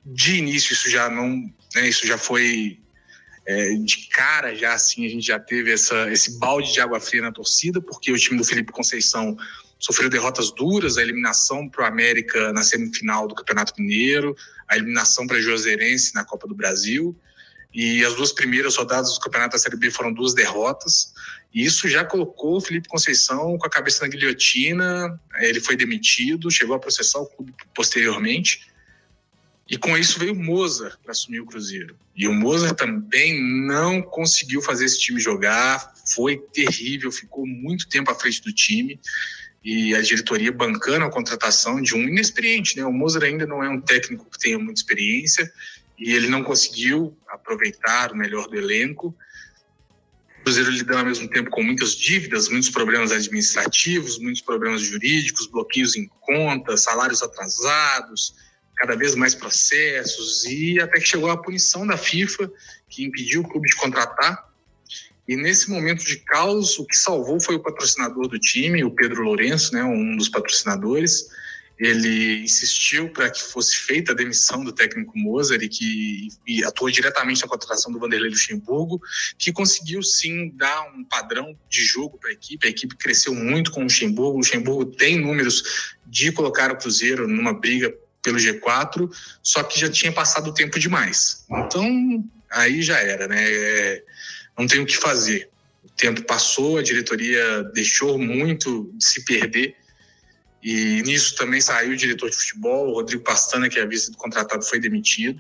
de início isso já não, né, isso já foi é, de cara, já assim, a gente já teve essa, esse balde de água fria na torcida, porque o time do Felipe Conceição sofreu derrotas duras, a eliminação para o América na semifinal do Campeonato Mineiro, a eliminação para a Juazeirense na Copa do Brasil, e as duas primeiras rodadas do Campeonato da Série B foram duas derrotas, e isso já colocou o Felipe Conceição com a cabeça na guilhotina, ele foi demitido, chegou a processar o clube posteriormente, e com isso veio o Mozart para assumir o Cruzeiro. E o Mozart também não conseguiu fazer esse time jogar, foi terrível, ficou muito tempo à frente do time, e a diretoria bancando a contratação de um inexperiente, né? O Mozart ainda não é um técnico que tenha muita experiência, e ele não conseguiu aproveitar o melhor do elenco. O Cruzeiro lidando ao mesmo tempo com muitas dívidas, muitos problemas administrativos, muitos problemas jurídicos, bloqueios em contas, salários atrasados, cada vez mais processos, e até que chegou a punição da FIFA, que impediu o clube de contratar. E nesse momento de caos, o que salvou foi o patrocinador do time, o Pedro Lourenço, né, um dos patrocinadores. Ele insistiu para que fosse feita a demissão do técnico Mozart e que e atuou diretamente na contratação do Vanderlei Luxemburgo, que conseguiu sim dar um padrão de jogo para a equipe. A equipe cresceu muito com o Luxemburgo. O Luxemburgo tem números de colocar o Cruzeiro numa briga pelo G quatro, só que já tinha passado o tempo demais. Então, aí já era, né? É, não tem o que fazer. O tempo passou, a diretoria deixou muito de se perder, e nisso também saiu o diretor de futebol, o Rodrigo Pastana, que havia sido contratado, foi demitido.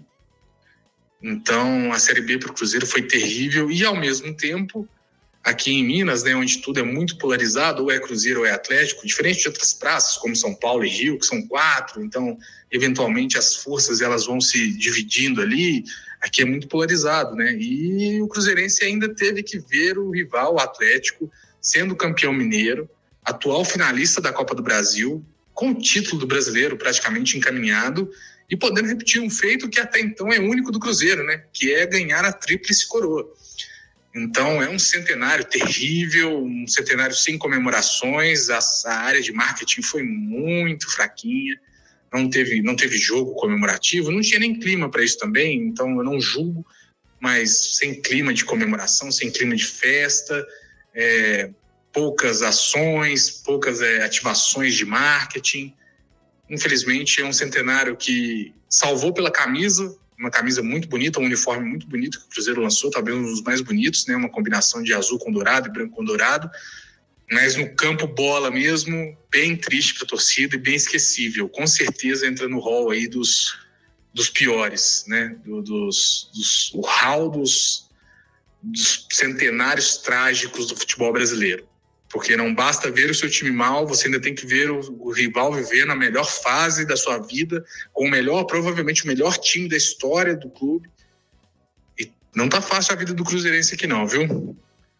Então, a Série B para o Cruzeiro foi terrível, e ao mesmo tempo, aqui em Minas, né, onde tudo é muito polarizado, ou é Cruzeiro ou é Atlético, diferente de outras praças, como São Paulo e Rio, que são quatro, então, eventualmente, as forças elas vão se dividindo ali. Aqui é muito polarizado, né? E o cruzeirense ainda teve que ver o rival, o Atlético, sendo campeão mineiro, atual finalista da Copa do Brasil, com o título do brasileiro praticamente encaminhado, e podendo repetir um feito que até então é único do Cruzeiro, né? Que é ganhar a tríplice coroa. Então, é um centenário terrível, um centenário sem comemorações, a, a área de marketing foi muito fraquinha, não teve, não teve jogo comemorativo, não tinha nem clima para isso também, então eu não julgo, mas sem clima de comemoração, sem clima de festa, é, poucas ações, poucas é, ativações de marketing. Infelizmente, é um centenário que salvou pela camisa, uma camisa muito bonita, um uniforme muito bonito que o Cruzeiro lançou, talvez um dos mais bonitos, né? Uma combinação de azul com dourado e branco com dourado, mas no campo bola mesmo, bem triste para a torcida e bem esquecível. Com certeza entra no hall aí dos, dos piores, né? Do, dos, dos, o hall dos, dos centenários trágicos do futebol brasileiro. Porque não basta ver o seu time mal, você ainda tem que ver o, o rival viver na melhor fase da sua vida, com o melhor, provavelmente o melhor time da história do clube. E não tá fácil a vida do cruzeirense aqui não, viu?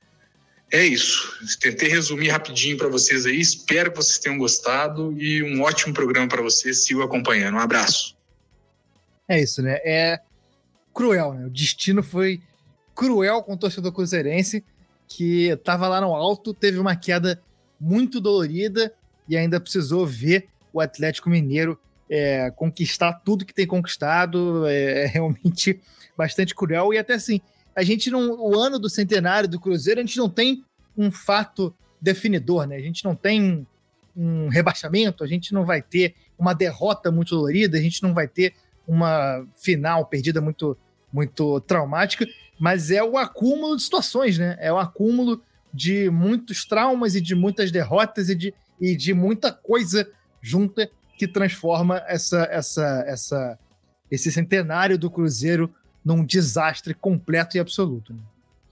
É isso. Tentei resumir rapidinho para vocês aí, espero que vocês tenham gostado e um ótimo programa para vocês, sigam acompanhando. Um abraço. É isso, né? É cruel, né? O destino foi cruel com o torcedor cruzeirense, que estava lá no alto, teve uma queda muito dolorida e ainda precisou ver o Atlético Mineiro é, conquistar tudo que tem conquistado. É, é realmente bastante cruel. E até assim, a gente não, o ano do centenário do Cruzeiro, a gente não tem um fato definidor, né? A gente não tem um rebaixamento, a gente não vai ter uma derrota muito dolorida, a gente não vai ter uma final perdida muito, muito traumática, mas é o acúmulo de situações, né? É o acúmulo de muitos traumas e de muitas derrotas e de, e de muita coisa junta que transforma essa, essa, essa, esse centenário do Cruzeiro num desastre completo e absoluto, né?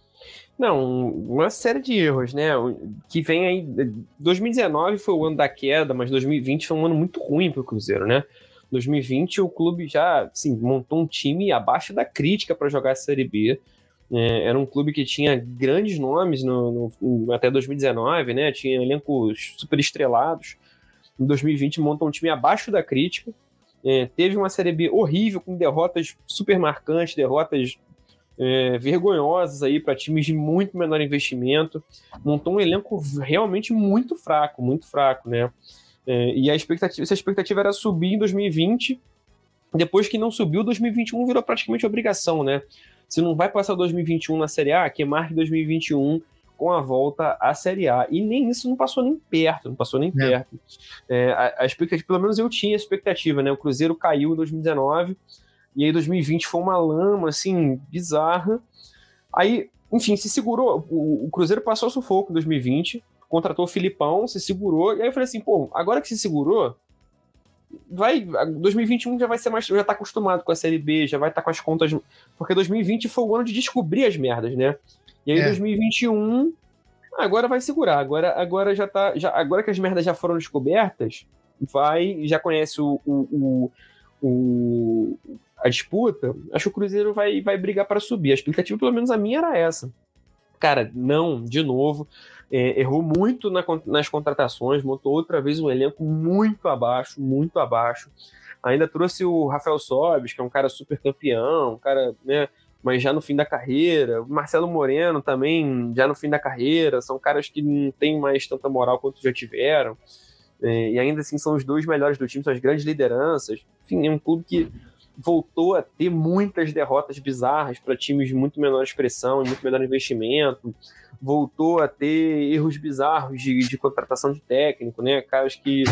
Não, uma série de erros, né? Que vem aí. dois mil e dezenove foi o ano da queda, mas dois mil e vinte foi um ano muito ruim para o Cruzeiro, né? dois mil e vinte o clube já assim, montou um time abaixo da crítica para jogar a Série B. É, era um clube que tinha grandes nomes no, no, até dois mil e dezenove, né? Tinha elencos super estrelados. Em dois mil e vinte montou um time abaixo da crítica. É, teve uma Série B horrível, com derrotas super marcantes, derrotas é, vergonhosas aí para times de muito menor investimento. Montou um elenco realmente muito fraco, muito fraco, né? É, e a expectativa, essa expectativa era subir em dois mil e vinte, depois que não subiu, dois mil e vinte e um virou praticamente obrigação, né? Se não vai passar dois mil e vinte e um na Série A, que marque dois mil e vinte e um com a volta à Série A. E nem isso não passou nem perto, não passou nem é. perto. É, a, a expectativa, pelo menos eu tinha a expectativa, né? O Cruzeiro caiu em dois mil e dezenove, e aí dois mil e vinte foi uma lama, assim, bizarra. Aí, enfim, se segurou. O, o Cruzeiro passou o sufoco em dois mil e vinte, contratou o Filipão, se segurou, e aí eu falei assim, pô, agora que se segurou, vai, dois mil e vinte e um já vai ser mais, já tá acostumado com a Série B, já vai estar tá com as contas, porque dois mil e vinte foi o ano de descobrir as merdas, né? E aí, é. dois mil e vinte e um, agora vai segurar. Agora, agora já tá. Já, agora que as merdas já foram descobertas, vai. Já conhece o, o, o, o a disputa. Acho que o Cruzeiro vai, vai brigar para subir. A explicativa, pelo menos a minha, era essa. Cara, não, de novo. É, errou muito na, nas contratações, montou outra vez um elenco muito abaixo, muito abaixo. Ainda trouxe o Rafael Sobis, que é um cara super campeão, um cara, né? Mas já no fim da carreira, o Marcelo Moreno também, já no fim da carreira, são caras que não têm mais tanta moral quanto já tiveram, é, e ainda assim são os dois melhores do time, são as grandes lideranças. Enfim, é um clube que voltou a ter muitas derrotas bizarras para times de muito menor expressão e muito menor investimento, voltou a ter erros bizarros de, de contratação de técnico, né? Caras que...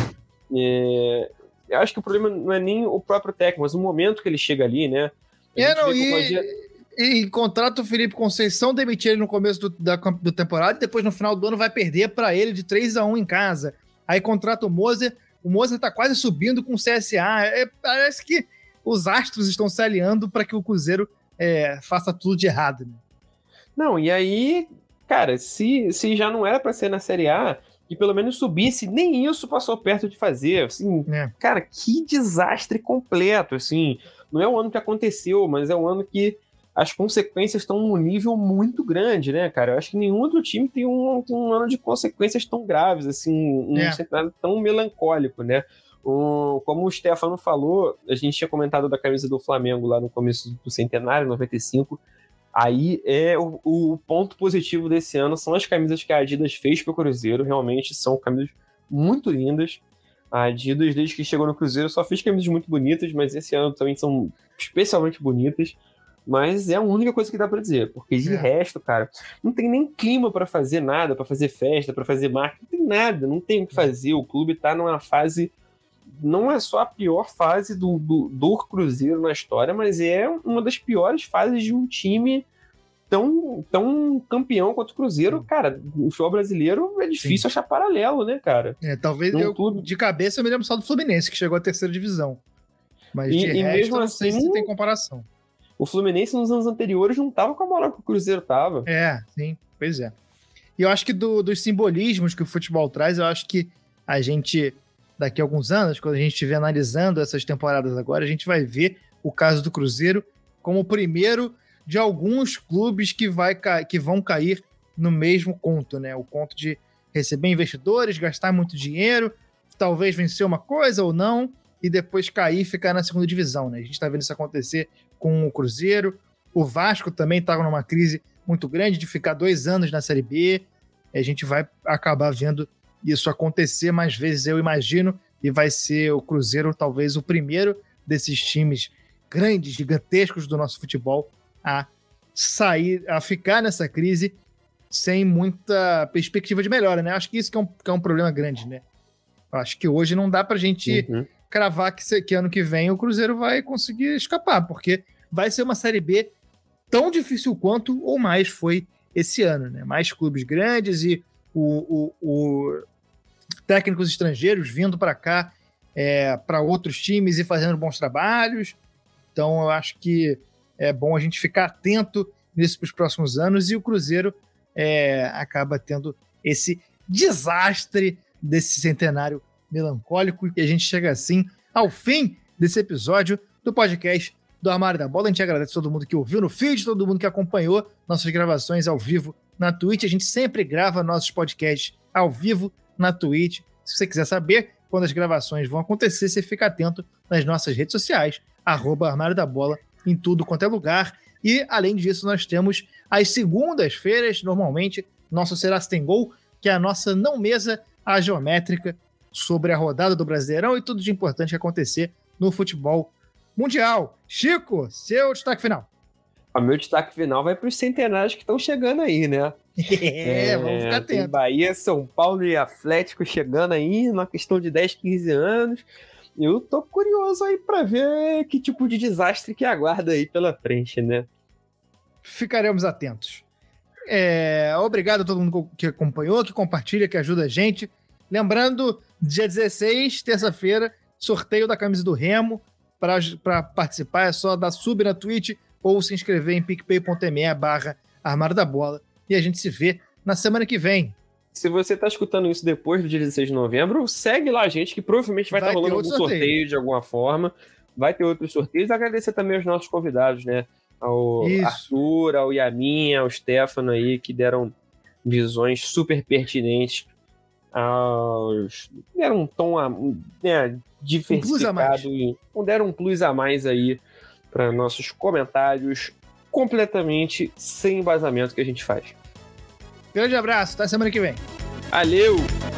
É, eu acho que o problema não é nem o próprio técnico, mas o momento que ele chega ali, né? É, não, e... E contrata o Felipe Conceição, demitir ele no começo do, da do temporada, e depois no final do ano vai perder para ele de três a um em casa. Aí contrata o Moser, o Moser tá quase subindo com o C S A. É, parece que os astros estão se alinhando para que o Cruzeiro é, faça tudo de errado. Né? Não, e aí, cara, se, se já não era para ser na Série A, que pelo menos subisse, nem isso passou perto de fazer. Assim, é. Cara, que desastre completo. Assim, não é o ano que aconteceu, mas é o ano que as consequências estão num nível muito grande, né, cara? Eu acho que nenhum outro time tem um, tem um ano de consequências tão graves, assim, um é. cenário tão melancólico, né? Um, como o Stefano falou, a gente tinha comentado da camisa do Flamengo lá no começo do centenário, noventa e cinco. Aí é o, o ponto positivo desse ano, são as camisas que a Adidas fez pro Cruzeiro, realmente são camisas muito lindas. A Adidas, desde que chegou no Cruzeiro, só fez camisas muito bonitas, mas esse ano também são especialmente bonitas. Mas é a única coisa que dá pra dizer, porque de é. resto, cara, não tem nem clima pra fazer nada, pra fazer festa, pra fazer marketing, não tem nada, não tem o que fazer. O clube tá numa fase, não é só a pior fase do, do, do Cruzeiro na história, mas é uma das piores fases de um time tão, tão campeão quanto o Cruzeiro. Cara, o futebol brasileiro é difícil Sim. achar paralelo, né, cara? É, talvez eu, clube... de cabeça eu me lembro só do Fluminense, que chegou à terceira divisão. Mas e, de e resto, mesmo não assim, sei se tem comparação. O Fluminense nos anos anteriores não tava com a moral que o Cruzeiro tava. É, sim, pois é. E eu acho que do, dos simbolismos que o futebol traz, eu acho que a gente, daqui a alguns anos, quando a gente estiver analisando essas temporadas agora, a gente vai ver o caso do Cruzeiro como o primeiro de alguns clubes que, vai, que vão cair no mesmo conto, né? O conto de receber investidores, gastar muito dinheiro, talvez vencer uma coisa ou não, e depois cair e ficar na segunda divisão, né? A gente tá vendo isso acontecer com o Cruzeiro. O Vasco também estava numa crise muito grande de ficar dois anos na Série B. A gente vai acabar vendo isso acontecer mais vezes, eu imagino, e vai ser o Cruzeiro talvez o primeiro desses times grandes, gigantescos do nosso futebol a sair, a ficar nessa crise sem muita perspectiva de melhora, né? Acho que isso que é um, que é um problema grande, né? Acho que hoje não dá pra gente uhum. cravar que, que ano que vem o Cruzeiro vai conseguir escapar, porque vai ser uma Série B tão difícil quanto ou mais foi esse ano, né? Mais clubes grandes e o, o, o técnicos estrangeiros vindo para cá é, para outros times e fazendo bons trabalhos. Então eu acho que é bom a gente ficar atento nisso para os próximos anos, e o Cruzeiro é, acaba tendo esse desastre desse centenário melancólico, e a gente chega assim ao fim desse episódio do podcast do Armário da Bola. A gente agradece a todo mundo que ouviu no feed, todo mundo que acompanhou nossas gravações ao vivo na Twitch. A gente sempre grava nossos podcasts ao vivo na Twitch. Se você quiser saber quando as gravações vão acontecer, você fica atento nas nossas redes sociais, arroba Armário da Bola, em tudo quanto é lugar. E, além disso, nós temos às segundas-feiras, normalmente, nosso Será Se Tem Gol, que é a nossa não mesa a geométrica sobre a rodada do Brasileirão e tudo de importante que acontecer no futebol mundial. Chico, seu destaque final. O meu destaque final vai para os centenários que estão chegando aí, né? É, é, vamos ficar atentos. Bahia, São Paulo e Atlético chegando aí, na questão de dez, quinze anos. Eu tô curioso aí para ver que tipo de desastre que aguarda aí pela frente, né? Ficaremos atentos. É, obrigado a todo mundo que acompanhou, que compartilha, que ajuda a gente. Lembrando, dia dezesseis, terça-feira, sorteio da camisa do Remo. Para participar é só dar sub na Twitch ou se inscrever em picpay.me barra Armário da Bola. E a gente se vê na semana que vem. Se você tá escutando isso depois do dia dezesseis de novembro, segue lá a gente, que provavelmente vai estar tá rolando algum sorteio. sorteio de alguma forma. Vai ter outros sorteios. Agradecer também aos nossos convidados, né? Ao isso. Arthur, ao Yamin, ao Stefano aí, que deram visões super pertinentes. Aos... Deram um tom né, diversificado. Um e deram um plus a mais aí para nossos comentários completamente sem embasamento que a gente faz. Grande abraço, até semana que vem. Valeu!